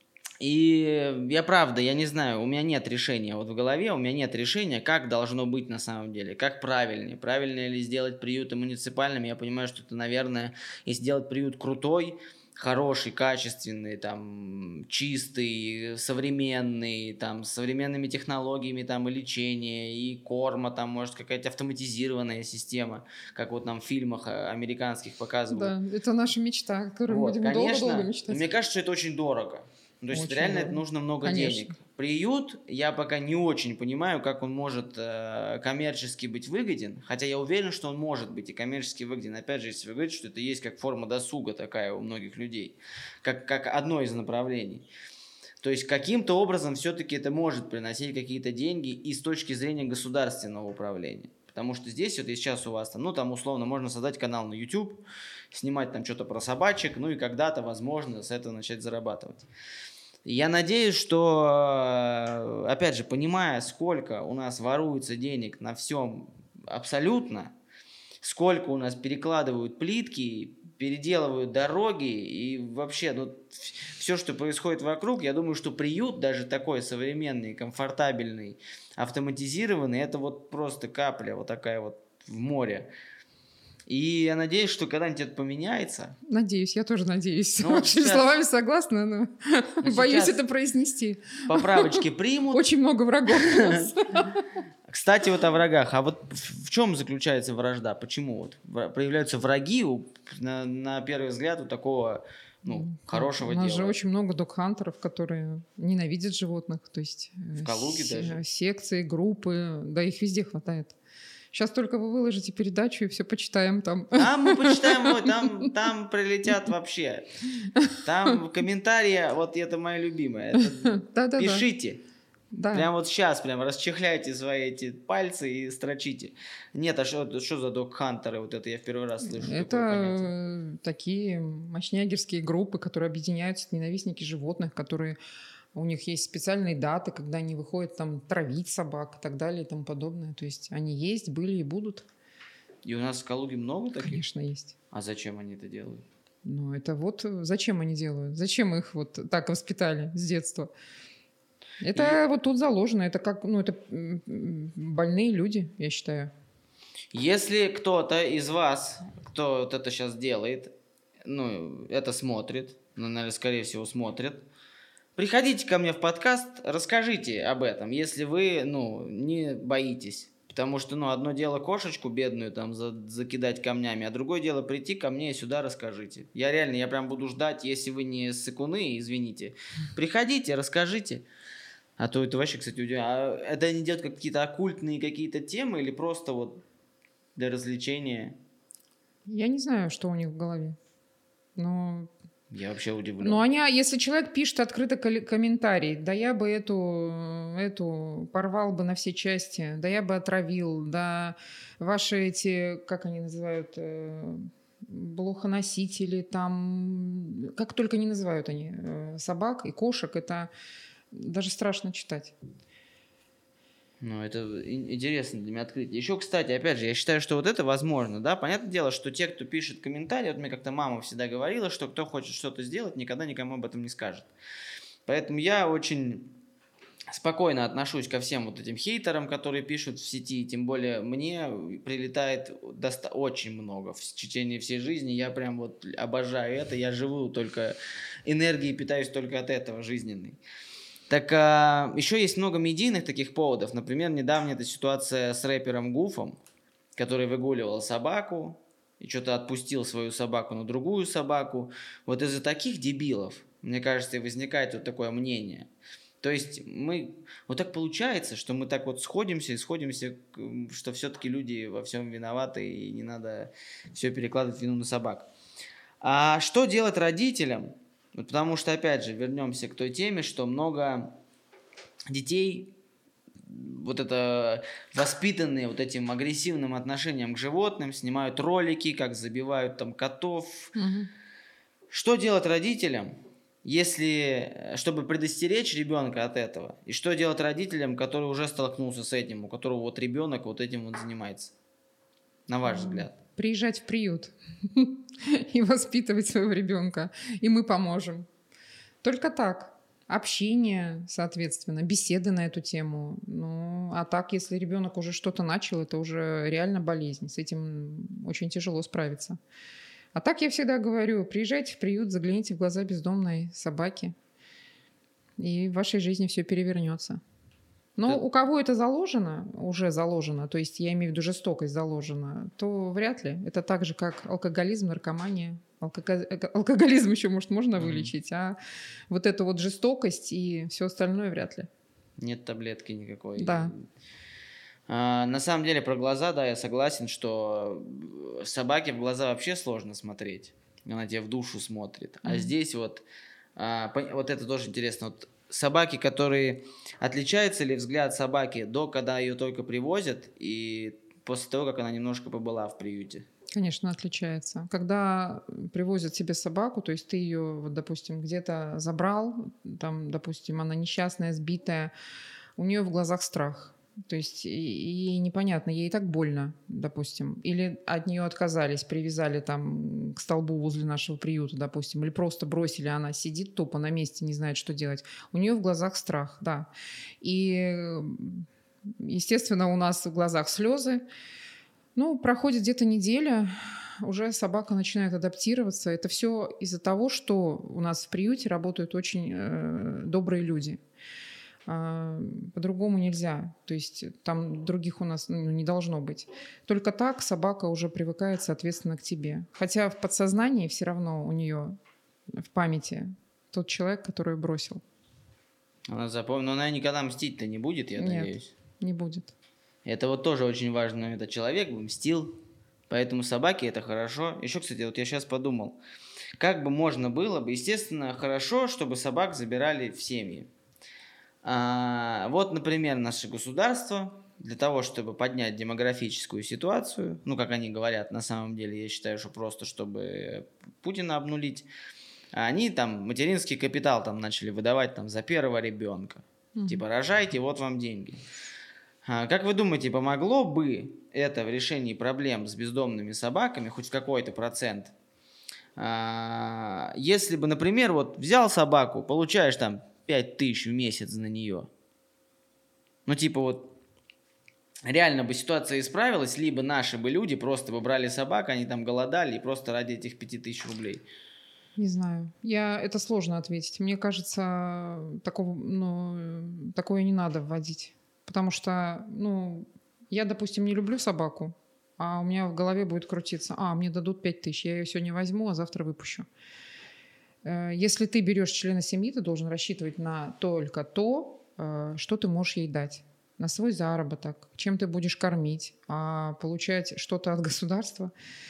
Speaker 1: И я правда, я не знаю, у меня нет решения вот в голове, у меня нет решения, как должно быть на самом деле, как правильнее. Правильно ли сделать приюты муниципальными? Я понимаю, что это, наверное, если сделать приют крутой, хороший, качественный, там, чистый, современный, там, с современными технологиями, там, и лечения, и корма, там, может, какая-то автоматизированная система, как вот нам в фильмах американских показывают.
Speaker 2: Да, это наша мечта, о которой мы
Speaker 1: Вот,
Speaker 2: будем долго-долго
Speaker 1: конечно, но
Speaker 2: мечтать.
Speaker 1: мне кажется, что это очень дорого. То есть
Speaker 2: Очень
Speaker 1: реально это
Speaker 2: дорого.
Speaker 1: нужно много
Speaker 2: Конечно.
Speaker 1: денег. Приют, я пока не очень понимаю, как он может коммерчески быть выгоден, хотя я уверен, что он может быть и коммерчески выгоден. Опять же, если вы говорите, что это есть как форма досуга такая у многих людей, как одно из направлений. То есть каким-то образом все-таки это может приносить какие-то деньги и с точки зрения государственного управления. Потому что здесь вот и сейчас у вас там, ну там условно можно создать канал на YouTube, снимать там что-то про собачек, ну и когда-то, возможно, с этого начать зарабатывать. Я надеюсь, что, опять же, понимая, сколько у нас воруется денег на всем абсолютно, сколько у нас перекладывают плитки, переделывают дороги и вообще, ну, все, что происходит вокруг, я думаю, что приют, даже такой современный, комфортабельный, автоматизированный, это вот просто капля вот такая вот в море. И я надеюсь, что когда-нибудь это поменяется.
Speaker 2: Надеюсь, я тоже надеюсь.
Speaker 1: Ну, вот
Speaker 2: Вашими
Speaker 1: сейчас-
Speaker 2: словами согласна, но боюсь
Speaker 1: сейчас
Speaker 2: это произнести.
Speaker 1: поправочки примут.
Speaker 2: Очень много врагов у нас.
Speaker 1: Кстати, вот о врагах. А вот в чем заключается вражда? Почему вот проявляются враги на первый взгляд у такого хорошего
Speaker 2: У нас
Speaker 1: дела?
Speaker 2: же очень много док-хантеров, которые ненавидят животных. То есть
Speaker 1: В Калуге даже?
Speaker 2: секции, группы, да их везде хватает. Сейчас только вы выложите передачу и все почитаем там.
Speaker 1: Там мы почитаем, ой, там прилетят вообще. Там комментарии, вот это моя любимая.
Speaker 2: Да-да-да.
Speaker 1: Пишите.
Speaker 2: Да.
Speaker 1: Прям вот сейчас, прям расчехляйте свои эти пальцы и строчите. Нет, а что за док-хантеры? Вот это я в первый раз слышу.
Speaker 2: Это такие мощнягерские группы, которые объединяются, ненавистники животных, которые у них есть специальные даты, когда они выходят там травить собак и так далее и тому подобное. То есть они есть, были и будут.
Speaker 1: И у нас в Калуге много таких?
Speaker 2: Конечно, есть.
Speaker 1: А зачем они это делают?
Speaker 2: Ну, это вот зачем они делают? Зачем их вот так воспитали с детства? Это вот тут заложено. Это как, ну, это больные люди, я считаю.
Speaker 1: Если кто-то из вас, кто вот это сейчас делает, ну, это смотрит, ну, наверное, скорее всего, смотрит, приходите ко мне в подкаст, расскажите об этом, если вы, ну, не боитесь. Потому что, ну, одно дело кошечку бедную там закидать камнями, а другое дело прийти ко мне и сюда расскажите. Я прям буду ждать, если вы не ссыкуны, извините. Приходите, расскажите. А то это вообще, кстати, удивительно. А это они делают какие-то оккультные какие-то темы или просто вот для развлечения?
Speaker 2: Я не знаю, что у них в голове. Но
Speaker 1: Я вообще удивлен.
Speaker 2: ну, если человек пишет открыто комментарий, да я бы эту порвал бы на все части, да я бы отравил, да ваши эти, как они называют, блохоносители, там, как только не называют они, собак и кошек, это даже страшно читать.
Speaker 1: Ну, это интересно для меня открытие. Еще, кстати, опять же, я считаю, что вот это возможно, да. Понятное дело, что те, кто пишет комментарии, вот мне как-то мама всегда говорила, что кто хочет что-то сделать, никогда никому об этом не скажет. Поэтому я очень спокойно отношусь ко всем вот этим хейтерам, которые пишут в сети, тем более мне прилетает очень много в течение всей жизни, я прям вот обожаю это, я живу только энергией, питаюсь только от этого, жизненной. Так еще есть много медийных таких поводов. Например, недавняя эта ситуация с рэпером Гуфом, который выгуливал собаку. и что-то отпустил свою собаку на другую собаку. Вот из-за таких дебилов, мне кажется, и возникает вот такое мнение. То есть вот так получается, что мы так вот сходимся и сходимся, что все-таки люди во всем виноваты, и не надо все перекладывать вину на собак. А что делать родителям? Вот потому что, опять же, вернемся к той теме, что много детей, вот это воспитанные вот этим агрессивным отношением к животным, снимают ролики, как забивают там котов.
Speaker 2: Мгм.
Speaker 1: Что делать родителям, чтобы предостеречь ребенка от этого? И что делать родителям, который уже столкнулся с этим, у которого вот ребенок вот этим вот занимается? На ваш взгляд.
Speaker 2: Приезжать в приют и воспитывать своего ребенка, и мы поможем. Только так. Общение, соответственно, беседы на эту тему. Ну, а так, если ребенок уже что-то начал, это уже реально болезнь. С этим очень тяжело справиться. А так я всегда говорю, приезжайте в приют, загляните в глаза бездомной собаки, и в вашей жизни все перевернется. Но у кого это уже заложено, то есть я имею в виду жестокость заложена, то вряд ли. Это так же, как алкоголизм, наркомания. Алкоголизм еще, может, можно вылечить, а вот эту вот жестокость и все остальное вряд ли.
Speaker 1: Нет таблетки никакой.
Speaker 2: Да.
Speaker 1: На самом деле про глаза, да, я согласен, что собаке в глаза вообще сложно смотреть. Она тебе в душу смотрит. А здесь вот это тоже интересно. Вот собаки, которые... Отличается ли взгляд собаки когда ее только привозят, и после того, как она немножко побыла в приюте?
Speaker 2: Конечно, отличается. Когда привозят себе собаку, то есть ты ее, вот, допустим, где-то забрал, там, допустим, она несчастная, сбитая, у нее в глазах страх. То есть ей непонятно, ей и так больно, допустим. Или от нее отказались, привязали там к столбу возле нашего приюта, допустим, или просто бросили, она сидит тупо на месте, не знает, что делать. У нее в глазах страх, да. И, естественно, у нас в глазах слезы. Ну, проходит где-то неделя, уже собака начинает адаптироваться. Это все из-за того, что у нас в приюте работают очень добрые люди. По-другому нельзя. То есть там других у нас не должно быть. Только так собака уже привыкает, соответственно, к тебе. Хотя в подсознании все равно у нее в памяти тот человек, который бросил.
Speaker 1: Она запомнит, но она никогда мстить-то не будет, я надеюсь.
Speaker 2: Не будет.
Speaker 1: Это вот тоже очень важно. Этот человек бы мстил, поэтому собаки это хорошо. Еще, кстати, вот я сейчас подумал, как бы можно было бы, естественно, хорошо, чтобы собак забирали в семьи. Вот, например, наше государство для того, чтобы поднять демографическую ситуацию, ну, как они говорят, на самом деле, я считаю, что просто, чтобы Путина обнулить, они там материнский капитал там начали выдавать там за первого ребенка. Типа, рожайте, вот вам деньги. Как вы думаете, помогло бы это в решении проблем с бездомными собаками, хоть в какой-то процент? Если бы, например, вот взял собаку, получаешь там 5000 в месяц на нее. Ну, типа вот, реально бы ситуация исправилась, либо наши бы люди просто бы брали собак, они там голодали, и просто ради этих 5000 рублей.
Speaker 2: Не знаю. Это сложно ответить. Мне кажется, такое не надо вводить. Потому что, я, допустим, не люблю собаку, а у меня в голове будет крутиться, мне дадут 5000, я ее сегодня возьму, а завтра выпущу. Если ты берешь члена семьи, ты должен рассчитывать на только то, что ты можешь ей дать. На свой заработок, чем ты будешь кормить, а получать что-то от государства.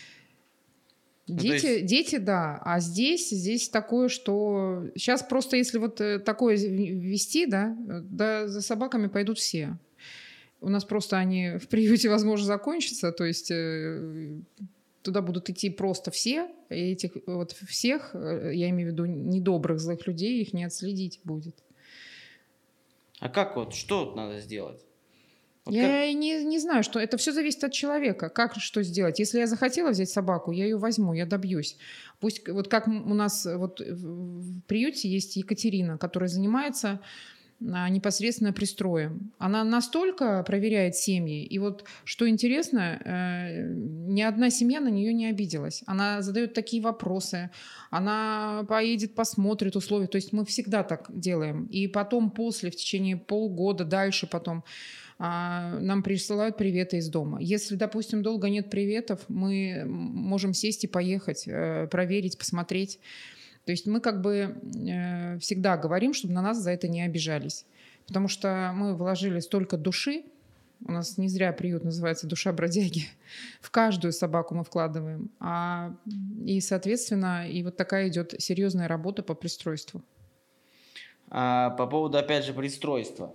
Speaker 2: Дети, да. А здесь такое, что... Сейчас просто если вот такое ввести, да, за собаками пойдут все. У нас просто они в приюте, возможно, закончатся, то есть... Туда будут идти просто все, и этих вот всех, я имею в виду недобрых, злых людей, их не отследить будет.
Speaker 1: А как вот, что надо сделать?
Speaker 2: Я не знаю, что это все зависит от человека. Как что сделать? Если я захотела взять собаку, я ее возьму, я добьюсь. Пусть вот как у нас вот в приюте есть Екатерина, которая занимается непосредственно пристроем. Она настолько проверяет семьи, и вот что интересно, ни одна семья на нее не обиделась. Она задает такие вопросы, она поедет, посмотрит условия, то есть мы всегда так делаем. И потом, в течение полгода, дальше потом нам присылают приветы из дома. Если, допустим, долго нет приветов, мы можем сесть и поехать, проверить, посмотреть. То есть мы как бы всегда говорим, чтобы на нас за это не обижались. Потому что мы вложили столько души, у нас не зря приют называется «Душа бродяги». В каждую собаку мы вкладываем. И, соответственно, и вот такая идет серьезная работа по пристройству.
Speaker 1: По поводу, опять же, пристройства.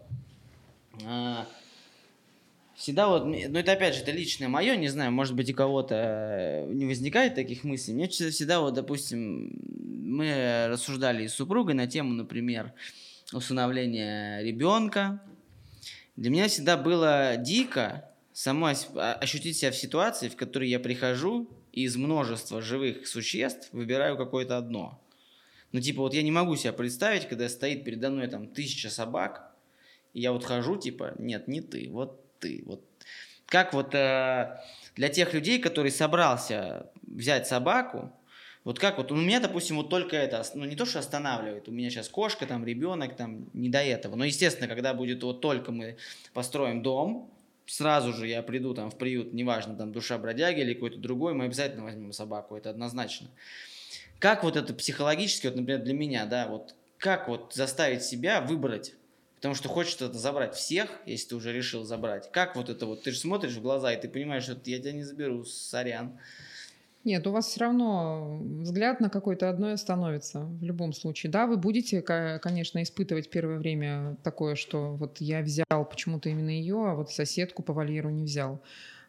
Speaker 1: Всегда вот, ну это опять же, это личное мое, не знаю, может быть, у кого-то не возникает таких мыслей. Мне всегда вот, допустим, мы рассуждали с супругой на тему, например, усыновления ребенка. Для меня всегда было дико самой ощутить себя в ситуации, в которой я прихожу и из множества живых существ выбираю какое-то одно. Ну, типа, вот я не могу себя представить, когда стоит передо мной там 1000 собак, и я вот хожу, типа, нет, не ты, вот ты. Вот. Как вот для тех людей, которые собрался взять собаку, вот как вот, у меня, допустим, вот только это, ну, не то, что останавливает, у меня сейчас кошка, там, ребенок, там, не до этого. Но, естественно, когда будет вот только мы построим дом, сразу же я приду там в приют, неважно, там, душа бродяги или какой-то другой, мы обязательно возьмем собаку, это однозначно. Как вот это психологически, вот, например, для меня, да, вот, как вот заставить себя выбрать, потому что хочется это забрать всех, если ты уже решил забрать. Как вот это вот, ты же смотришь в глаза, и ты понимаешь, что я тебя не заберу, сорян.
Speaker 2: Нет, у вас все равно взгляд на какой-то одной остановится в любом случае. Да, вы будете, конечно, испытывать первое время такое, что вот я взял почему-то именно ее, а вот соседку по вольеру не взял.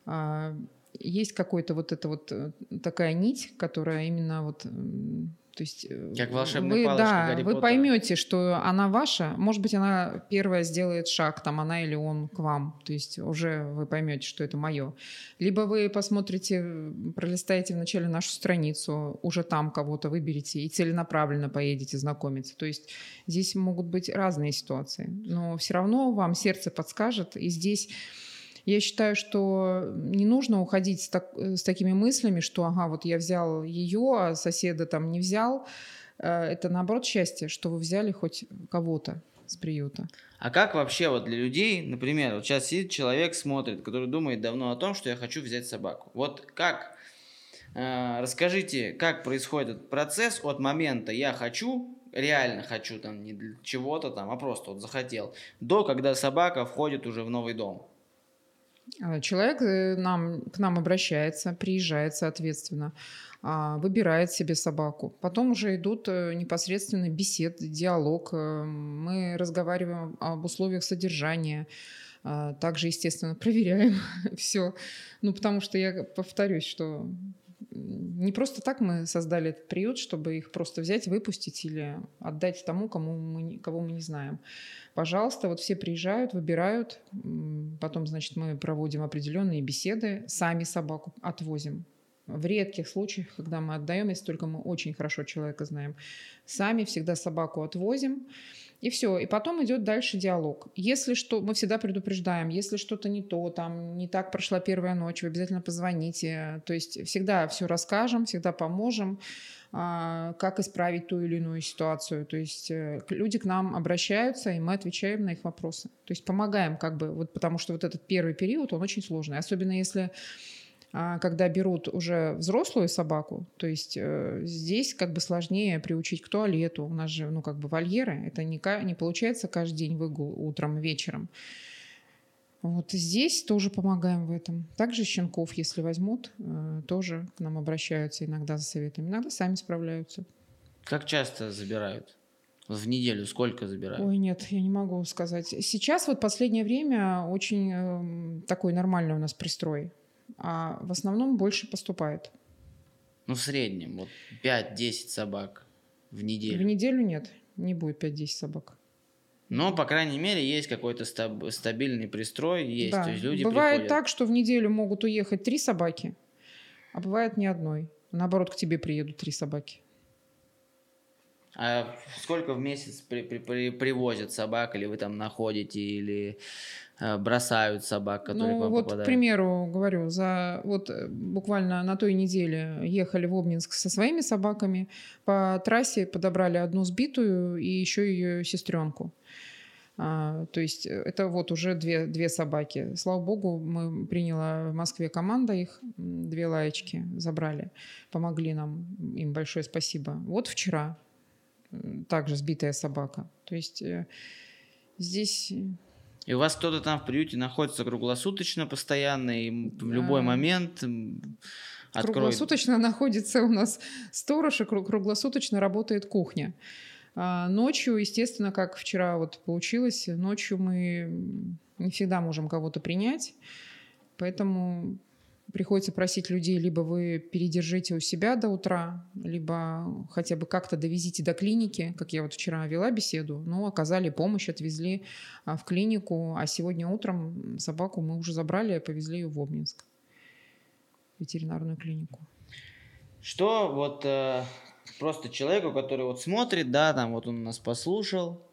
Speaker 2: Есть какой-то вот эта вот такая нить, которая именно вот... То есть
Speaker 1: как волшебная палочка Гарри Поттера.
Speaker 2: Вы поймете, что она ваша. Может быть, она первая сделает шаг, там она или он к вам. То есть уже вы поймете, что это мое. Либо вы посмотрите, пролистаете вначале нашу страницу, уже там кого-то выберете и целенаправленно поедете знакомиться. То есть здесь могут быть разные ситуации. Но все равно вам сердце подскажет. И здесь... Я считаю, что не нужно уходить с такими мыслями, что ага, вот я взял ее, а соседа там не взял. Это наоборот счастье, что вы взяли хоть кого-то с приюта.
Speaker 1: А как вообще вот для людей, например, вот сейчас сидит человек, смотрит, который думает давно о том, что я хочу взять собаку. Вот как, расскажите, как происходит этот процесс от момента «я хочу», реально хочу, там, не для чего-то там, а просто вот захотел, до когда собака входит уже в новый дом?
Speaker 2: Человек к нам обращается, приезжает, соответственно, выбирает себе собаку. Потом уже идут непосредственно беседы, диалог. Мы разговариваем об условиях содержания. Также, естественно, проверяем все. Ну, потому что я повторюсь, что не просто так мы создали этот приют, чтобы их просто взять, выпустить или отдать тому, кого мы не знаем. Пожалуйста, вот все приезжают, выбирают, потом, значит, мы проводим определенные беседы, сами собаку отвозим. В редких случаях, когда мы отдаем, если только мы очень хорошо человека знаем, сами всегда собаку отвозим, и все. И потом идет дальше диалог. Если что, мы всегда предупреждаем, если что-то не то, там не так прошла первая ночь, вы обязательно позвоните. То есть всегда все расскажем, всегда поможем, как исправить ту или иную ситуацию. То есть люди к нам обращаются, и мы отвечаем на их вопросы. То есть помогаем как бы, вот потому что вот этот первый период, он очень сложный. Особенно если когда берут уже взрослую собаку, то есть здесь как бы сложнее приучить к туалету. У нас же, ну, как бы вольеры, это не получается каждый день выгул утром, вечером. Вот здесь тоже помогаем в этом. Также щенков, если возьмут, тоже к нам обращаются иногда за советами, иногда сами справляются.
Speaker 1: Как часто забирают? В неделю сколько забирают?
Speaker 2: Ой, нет, я не могу сказать. Сейчас вот последнее время очень такой нормальный у нас пристрой. А в основном больше поступает.
Speaker 1: Ну, в среднем, вот 5-10 собак в неделю.
Speaker 2: В неделю нет, не будет 5-10 собак.
Speaker 1: Но, по крайней мере, есть какой-то стабильный пристрой, есть,
Speaker 2: да.
Speaker 1: То есть люди
Speaker 2: бывает
Speaker 1: приходят.
Speaker 2: Так, что в неделю могут уехать 3 собаки, а бывает ни одной. Наоборот, к тебе приедут 3 собаки.
Speaker 1: А сколько в месяц привозят собак, или вы там находите, или бросают собак, которые к вам
Speaker 2: вот,
Speaker 1: попадают?
Speaker 2: К примеру, говорю, буквально на той неделе ехали в Обнинск со своими собаками, по трассе подобрали одну сбитую и еще ее сестренку. То есть это вот уже две собаки. Слава богу, приняла в Москве команда их, 2 лаечки забрали, помогли нам, им большое спасибо. Вот вчера также сбитая собака. То есть здесь...
Speaker 1: И у вас кто-то там в приюте находится круглосуточно, постоянно, и в любой момент откроет...
Speaker 2: Круглосуточно находится у нас сторож, и круглосуточно работает кухня. Ночью, естественно, как вчера вот получилось, ночью мы не всегда можем кого-то принять, поэтому приходится просить людей, либо вы передержите у себя до утра, либо хотя бы как-то довезите до клиники, как я вот вчера вела беседу, но оказали помощь, отвезли в клинику, а сегодня утром собаку мы уже забрали, повезли ее в Обнинск, в ветеринарную клинику.
Speaker 1: Что вот просто человеку, который вот смотрит, да, там вот он нас послушал,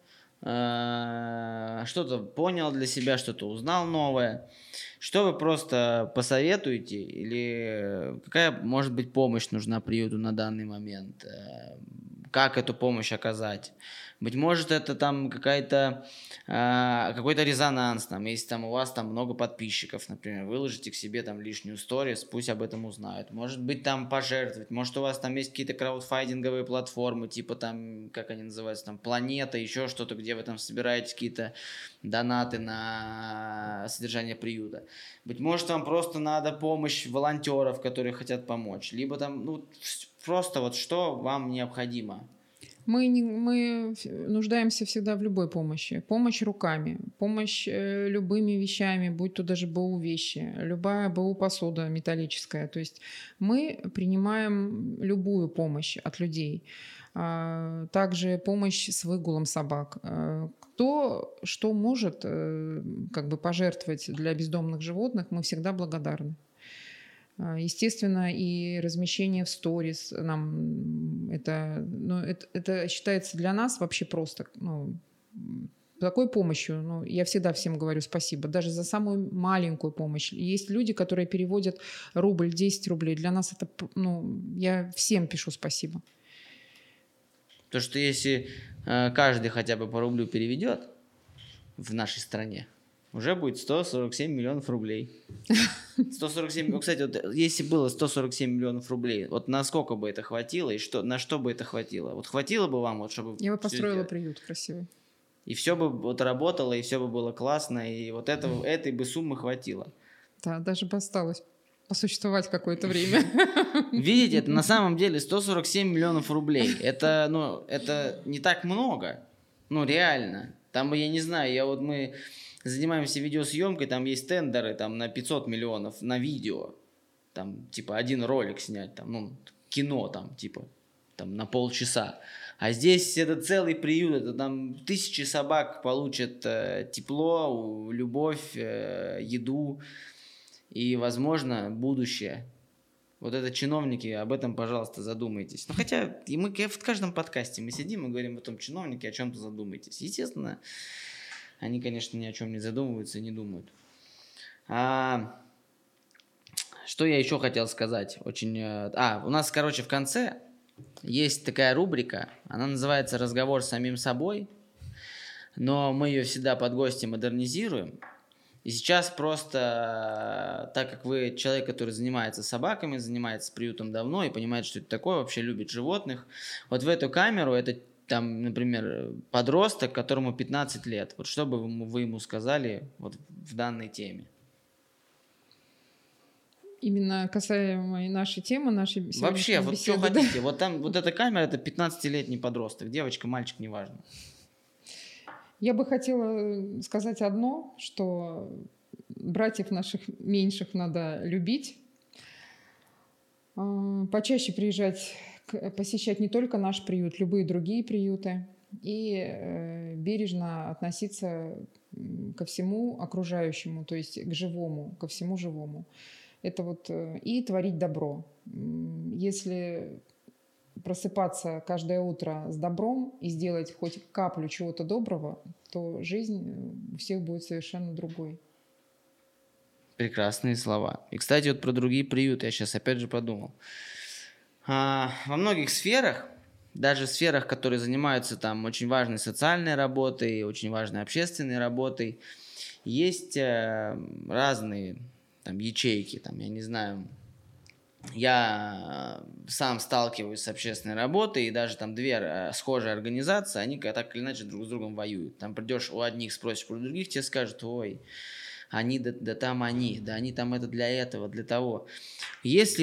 Speaker 1: что-то понял для себя, что-то узнал новое, что вы просто посоветуете или какая, может быть, помощь нужна приюту на данный момент? Как эту помощь оказать? Быть может, это там какой-то резонанс, там, если там у вас там много подписчиков, например, выложите к себе там лишнюю сторис, пусть об этом узнают. Может быть, там пожертвовать, может, у вас там есть какие-то краудфандинговые платформы, типа там, как они называются, там, Планета, еще что-то, где вы там собираете какие-то донаты на содержание приюта. Быть может, вам просто надо помощь волонтеров, которые хотят помочь, либо там, ну, просто вот что вам необходимо.
Speaker 2: Мы нуждаемся всегда в любой помощи. Помощь руками, помощь любыми вещами, будь то даже БУ вещи, любая БУ посуда металлическая. То есть мы принимаем любую помощь от людей. Также помощь с выгулом собак. Кто что может как бы пожертвовать для бездомных животных, мы всегда благодарны. Естественно, и размещение в сторис нам это считается для нас вообще просто. Такой помощью, я всегда всем говорю спасибо, даже за самую маленькую помощь. Есть люди, которые переводят рубль, 10 рублей. Для нас это, я всем пишу спасибо.
Speaker 1: То, что если каждый хотя бы по рублю переведет в нашей стране, уже будет 147 миллионов рублей. 147, кстати, вот если было 147 миллионов рублей, вот насколько бы это хватило и на что бы это хватило? Вот хватило бы вам, вот, чтобы...
Speaker 2: Я бы построила приют красивый.
Speaker 1: И все бы вот работало, и все бы было классно, и вот этой бы суммы хватило.
Speaker 2: Да, даже бы осталось посуществовать какое-то время.
Speaker 1: Видите, это на самом деле 147 миллионов рублей. Это не так много. Реально. Там, я не знаю, мы занимаемся видеосъемкой, там есть тендеры там, на 500 миллионов на видео. Там, типа, один ролик снять, там, кино, там, типа, там, на полчаса. А здесь это целый приют, это там 1000 собак получат тепло, любовь, еду и, возможно, будущее. Вот это чиновники, об этом, пожалуйста, задумайтесь. Хотя мы в каждом подкасте мы сидим и говорим о том, чиновники, о чем-то задумайтесь. Естественно, они, конечно, ни о чем не задумываются и не думают. Что я еще хотел сказать? У нас, в конце есть такая рубрика, она называется «Разговор с самим собой», но мы ее всегда под гостем модернизируем. И сейчас просто, так как вы человек, который занимается собаками, занимается приютом давно и понимает, что это такое, вообще любит животных, вот в эту камеру, это там, например, подросток, которому 15 лет, вот что бы вы ему сказали вот в данной теме?
Speaker 2: Именно касаемо нашей темы, нашей сегодняшней
Speaker 1: вообще, вот
Speaker 2: беседы,
Speaker 1: что хотите, вот там, вот эта камера, это 15-летний подросток, девочка, мальчик, неважно.
Speaker 2: Я бы хотела сказать одно, что братьев наших меньших надо любить, почаще приезжать, посещать не только наш приют, любые другие приюты, и бережно относиться ко всему окружающему, то есть к живому, ко всему живому. Это вот и творить добро. Если просыпаться каждое утро с добром и сделать хоть каплю чего-то доброго, то жизнь у всех будет совершенно другой.
Speaker 1: Прекрасные слова. И, кстати, вот про другие приюты я сейчас опять же подумал. Во многих сферах даже в сферах, которые занимаются там очень важной социальной работой, очень важной общественной работой, есть разные там ячейки, там, я не знаю, я сам сталкиваюсь с общественной работой, и даже там две схожие организации, они так или иначе друг с другом воюют. Там придешь у одних, спросишь про других, тебе скажут: ой, они, да там они, да они там это для этого, для того. Если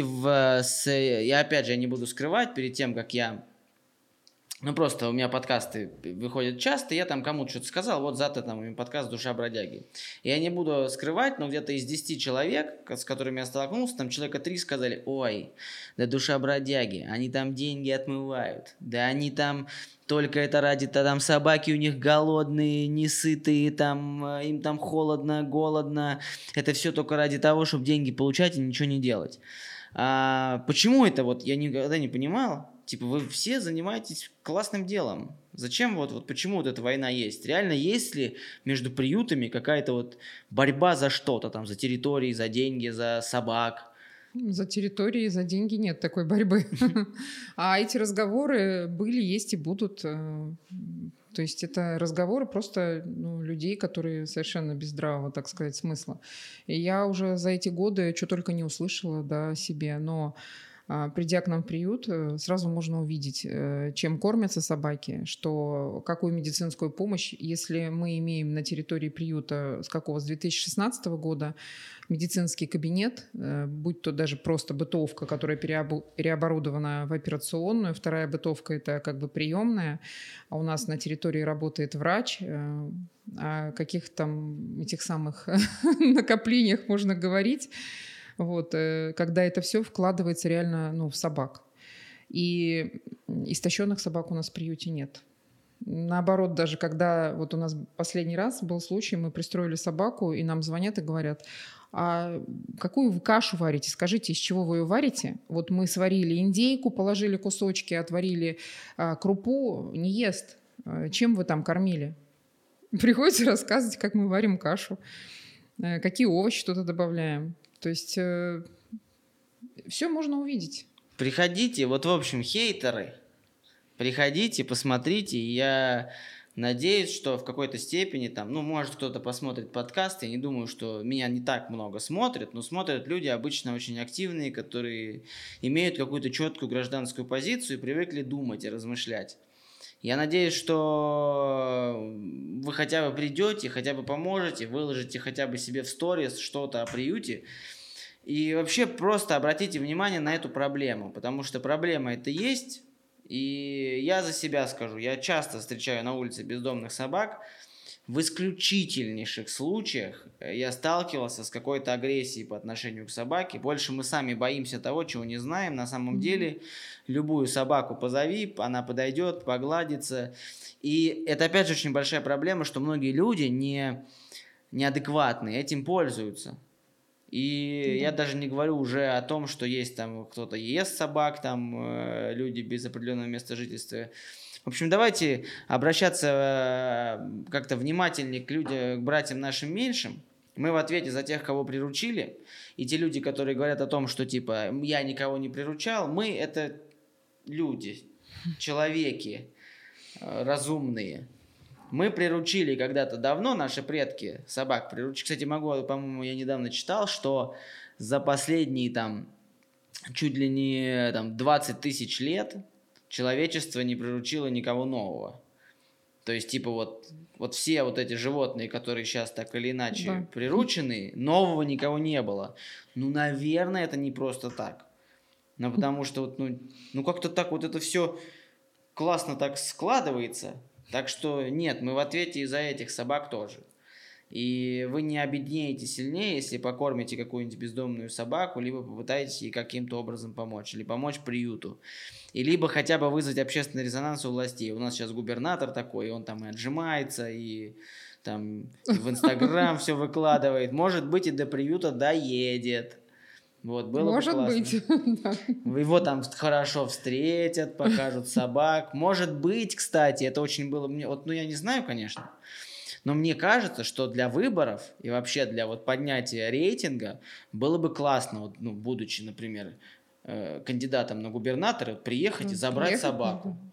Speaker 1: я опять же, я не буду скрывать, перед тем, как я... Ну, просто у меня подкасты выходят часто, я там кому-то что-то сказал, вот завтра там у меня подкаст «Душа бродяги». Я не буду скрывать, но где-то из 10 человек, с которыми я столкнулся, там человека 3 сказали: ой, да душа бродяги, они там деньги отмывают, да они там только это ради-то, там собаки у них голодные, несытые, там им там холодно, голодно, это все только ради того, чтобы деньги получать и ничего не делать. Почему это вот я никогда не понимал? Типа, вы все занимаетесь классным делом. Зачем вот почему вот эта война есть? Реально есть ли между приютами какая-то вот борьба за что-то там, за территории, за деньги, за собак?
Speaker 2: За территории, за деньги нет такой борьбы. А эти разговоры были, есть и будут. То есть это разговоры просто людей, которые совершенно без здравого, так сказать, смысла. И я уже за эти годы что только не услышала о себе, но придя к нам в приют, сразу можно увидеть, чем кормятся собаки, какую медицинскую помощь. Если мы имеем на территории приюта с 2016 года медицинский кабинет, будь то даже просто бытовка, которая переоборудована в операционную, вторая бытовка — это как бы приемная, а у нас на территории работает врач. О каких там этих самых накоплениях можно говорить, когда это все вкладывается реально в собак. И истощенных собак у нас в приюте нет. Наоборот, даже когда у нас последний раз был случай, мы пристроили собаку, и нам звонят и говорят: а какую вы кашу варите? Скажите, из чего вы ее варите? Вот мы сварили индейку, положили кусочки, отварили крупу, не ест. Чем вы там кормили? Приходится рассказывать, как мы варим кашу, какие овощи туда добавляем. То есть все можно увидеть.
Speaker 1: Приходите, в общем, хейтеры, приходите, посмотрите. Я надеюсь, что в какой-то степени там, может, кто-то посмотрит подкаст. Я не думаю, что меня не так много смотрят, но смотрят люди обычно очень активные, которые имеют какую-то четкую гражданскую позицию и привыкли думать и размышлять. Я надеюсь, что вы хотя бы придете, хотя бы поможете, выложите хотя бы себе в сторис что-то о приюте. И вообще просто обратите внимание на эту проблему, потому что проблема это есть. И я за себя скажу, я часто встречаю на улице бездомных собак. В исключительнейших случаях я сталкивался с какой-то агрессией по отношению к собаке. Больше мы сами боимся того, чего не знаем. На самом деле любую собаку позови, она подойдет, погладится. И это опять же очень большая проблема, что многие люди неадекватные, этим пользуются. И я даже не говорю уже о том, что есть там кто-то ест собак, там люди без определенного места жительства. В общем, давайте обращаться как-то внимательнее к братьям нашим меньшим. Мы в ответе за тех, кого приручили. И те люди, которые говорят о том, что типа я никого не приручал, мы это люди, человеки разумные. Мы приручили когда-то давно, наши предки собак приручили. Кстати, по-моему, я недавно читал, что за последние чуть ли не 20 тысяч лет человечество не приручило никого нового. То есть, типа, вот все вот эти животные, которые сейчас так или иначе приручены, нового никого не было. Наверное, это не просто так. Потому что как-то так это все классно так складывается. Так что нет, мы в ответе и за этих собак тоже. И вы не обеднеете сильнее, если покормите какую-нибудь бездомную собаку, либо попытаетесь ей каким-то образом помочь, или помочь приюту. И либо хотя бы вызвать общественный резонанс у властей. У нас сейчас губернатор такой, он там и отжимается, и там в Инстаграм все выкладывает. Может быть, и до приюта доедет. Было
Speaker 2: Может
Speaker 1: бы
Speaker 2: быть.
Speaker 1: Его там хорошо встретят, покажут собак. Может быть, кстати, это очень было... я не знаю, конечно, но мне кажется, что для выборов и вообще для поднятия рейтинга было бы классно, будучи, например, кандидатом на губернатора, приехать и забрать собаку.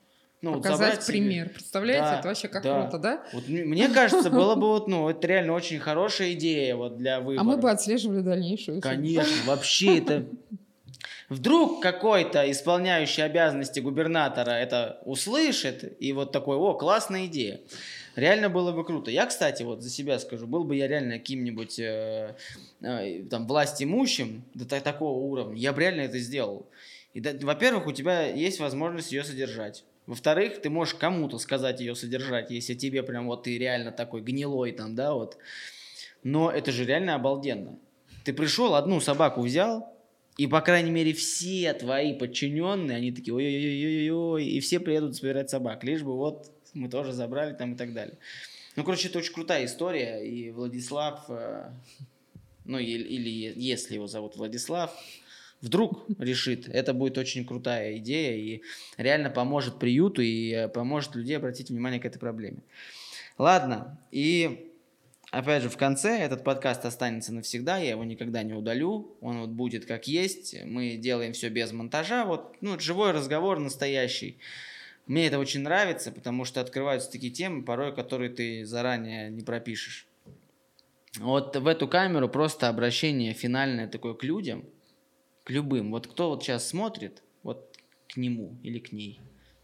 Speaker 1: ну,
Speaker 2: показать пример.
Speaker 1: Себе.
Speaker 2: Представляете,
Speaker 1: Да,
Speaker 2: это вообще как
Speaker 1: да.
Speaker 2: круто, да?
Speaker 1: Вот мне кажется, было бы вот, ну, это реально очень хорошая идея вот для выбора.
Speaker 2: А мы бы отслеживали дальнейшую.
Speaker 1: Конечно, вообще это... Вдруг какой-то исполняющий обязанности губернатора это услышит и вот такой, о, классная идея. Реально было бы круто. Я, кстати, вот за себя скажу, был бы я реально каким-нибудь там властимущим до такого уровня, я бы реально это сделал. И, во-первых, у тебя есть возможность ее содержать. Во-вторых, ты можешь кому-то сказать ее содержать, если тебе прям вот ты реально такой гнилой там, да, вот. Но это же реально обалденно. Ты пришел, одну собаку взял, и, по крайней мере, все твои подчиненные, они такие, ой-ой-ой-ой-ой, и все приедут собирать собак, лишь бы вот мы тоже забрали там и так далее. Ну, короче, это очень крутая история, и Владислав, ну, или если его зовут Владислав, вдруг решит, это будет очень крутая идея, и реально поможет приюту, и поможет людей обратить внимание к этой проблеме. Ладно, и... Опять же, в конце этот подкаст останется навсегда, я его никогда не удалю, он вот будет как есть, мы делаем все без монтажа, вот, ну, живой разговор настоящий. Мне это очень нравится, потому что открываются такие темы, порой, которые ты заранее не пропишешь. Вот в эту камеру просто обращение финальное такое к людям, к любым. Вот кто вот сейчас смотрит, вот к нему или к ней.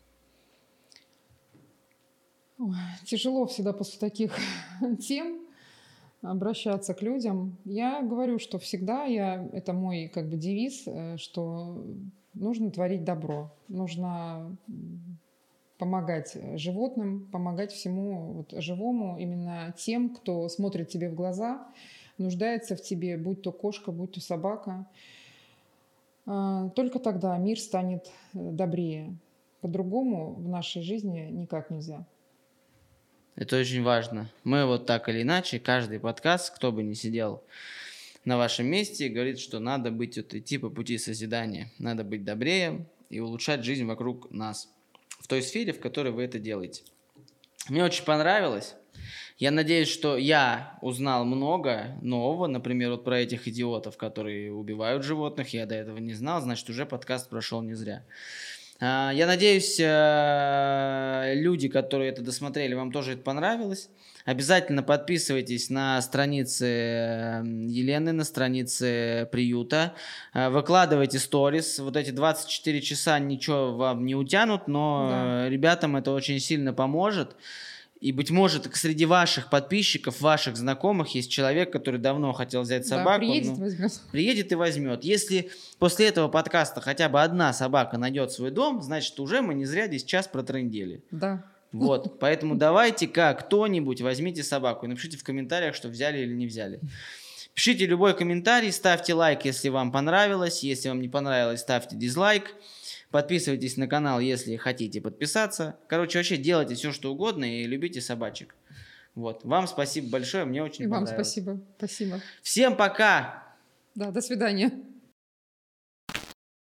Speaker 2: Ой, тяжело всегда после таких тем обращаться к людям. Я говорю, что всегда это мой как бы девиз, что нужно творить добро, нужно помогать животным, помогать всему вот живому, именно тем, кто смотрит тебе в глаза, нуждается в тебе, будь то кошка, будь то собака. Только тогда мир станет добрее. По-другому в нашей жизни никак нельзя.
Speaker 1: Это очень важно. Мы вот так или иначе, каждый подкаст, кто бы ни сидел на вашем месте, говорит, что надо быть, вот, идти по пути созидания. Надо быть добрее и улучшать жизнь вокруг нас. В той сфере, в которой вы это делаете. Мне очень понравилось. Я надеюсь, что я узнал много нового. Например, вот про этих идиотов, которые убивают животных. Я до этого не знал, значит, уже подкаст прошел не зря. Я надеюсь, люди, которые это досмотрели, вам тоже это понравилось. Обязательно подписывайтесь на страницы Елены, на страницы приюта. Выкладывайте сторис. Вот эти 24 часа ничего вам не утянут, но ребятам это очень сильно поможет. И, быть может, среди ваших подписчиков, ваших знакомых есть человек, который давно хотел взять собаку. Приедет и возьмет. Если после этого подкаста хотя бы одна собака найдет свой дом, значит, уже мы не зря здесь час протрындели.
Speaker 2: Да.
Speaker 1: Вот, поэтому давайте-ка кто-нибудь возьмите собаку и напишите в комментариях, что взяли или не взяли. Пишите любой комментарий, ставьте лайк, если вам понравилось. Если вам не понравилось, ставьте дизлайк. Подписывайтесь на канал, если хотите подписаться. Короче, вообще делайте все, что угодно и любите собачек. Вот. Вам спасибо большое, мне очень понравилось.
Speaker 2: И вам спасибо. Спасибо.
Speaker 1: Всем пока!
Speaker 2: Да, до свидания.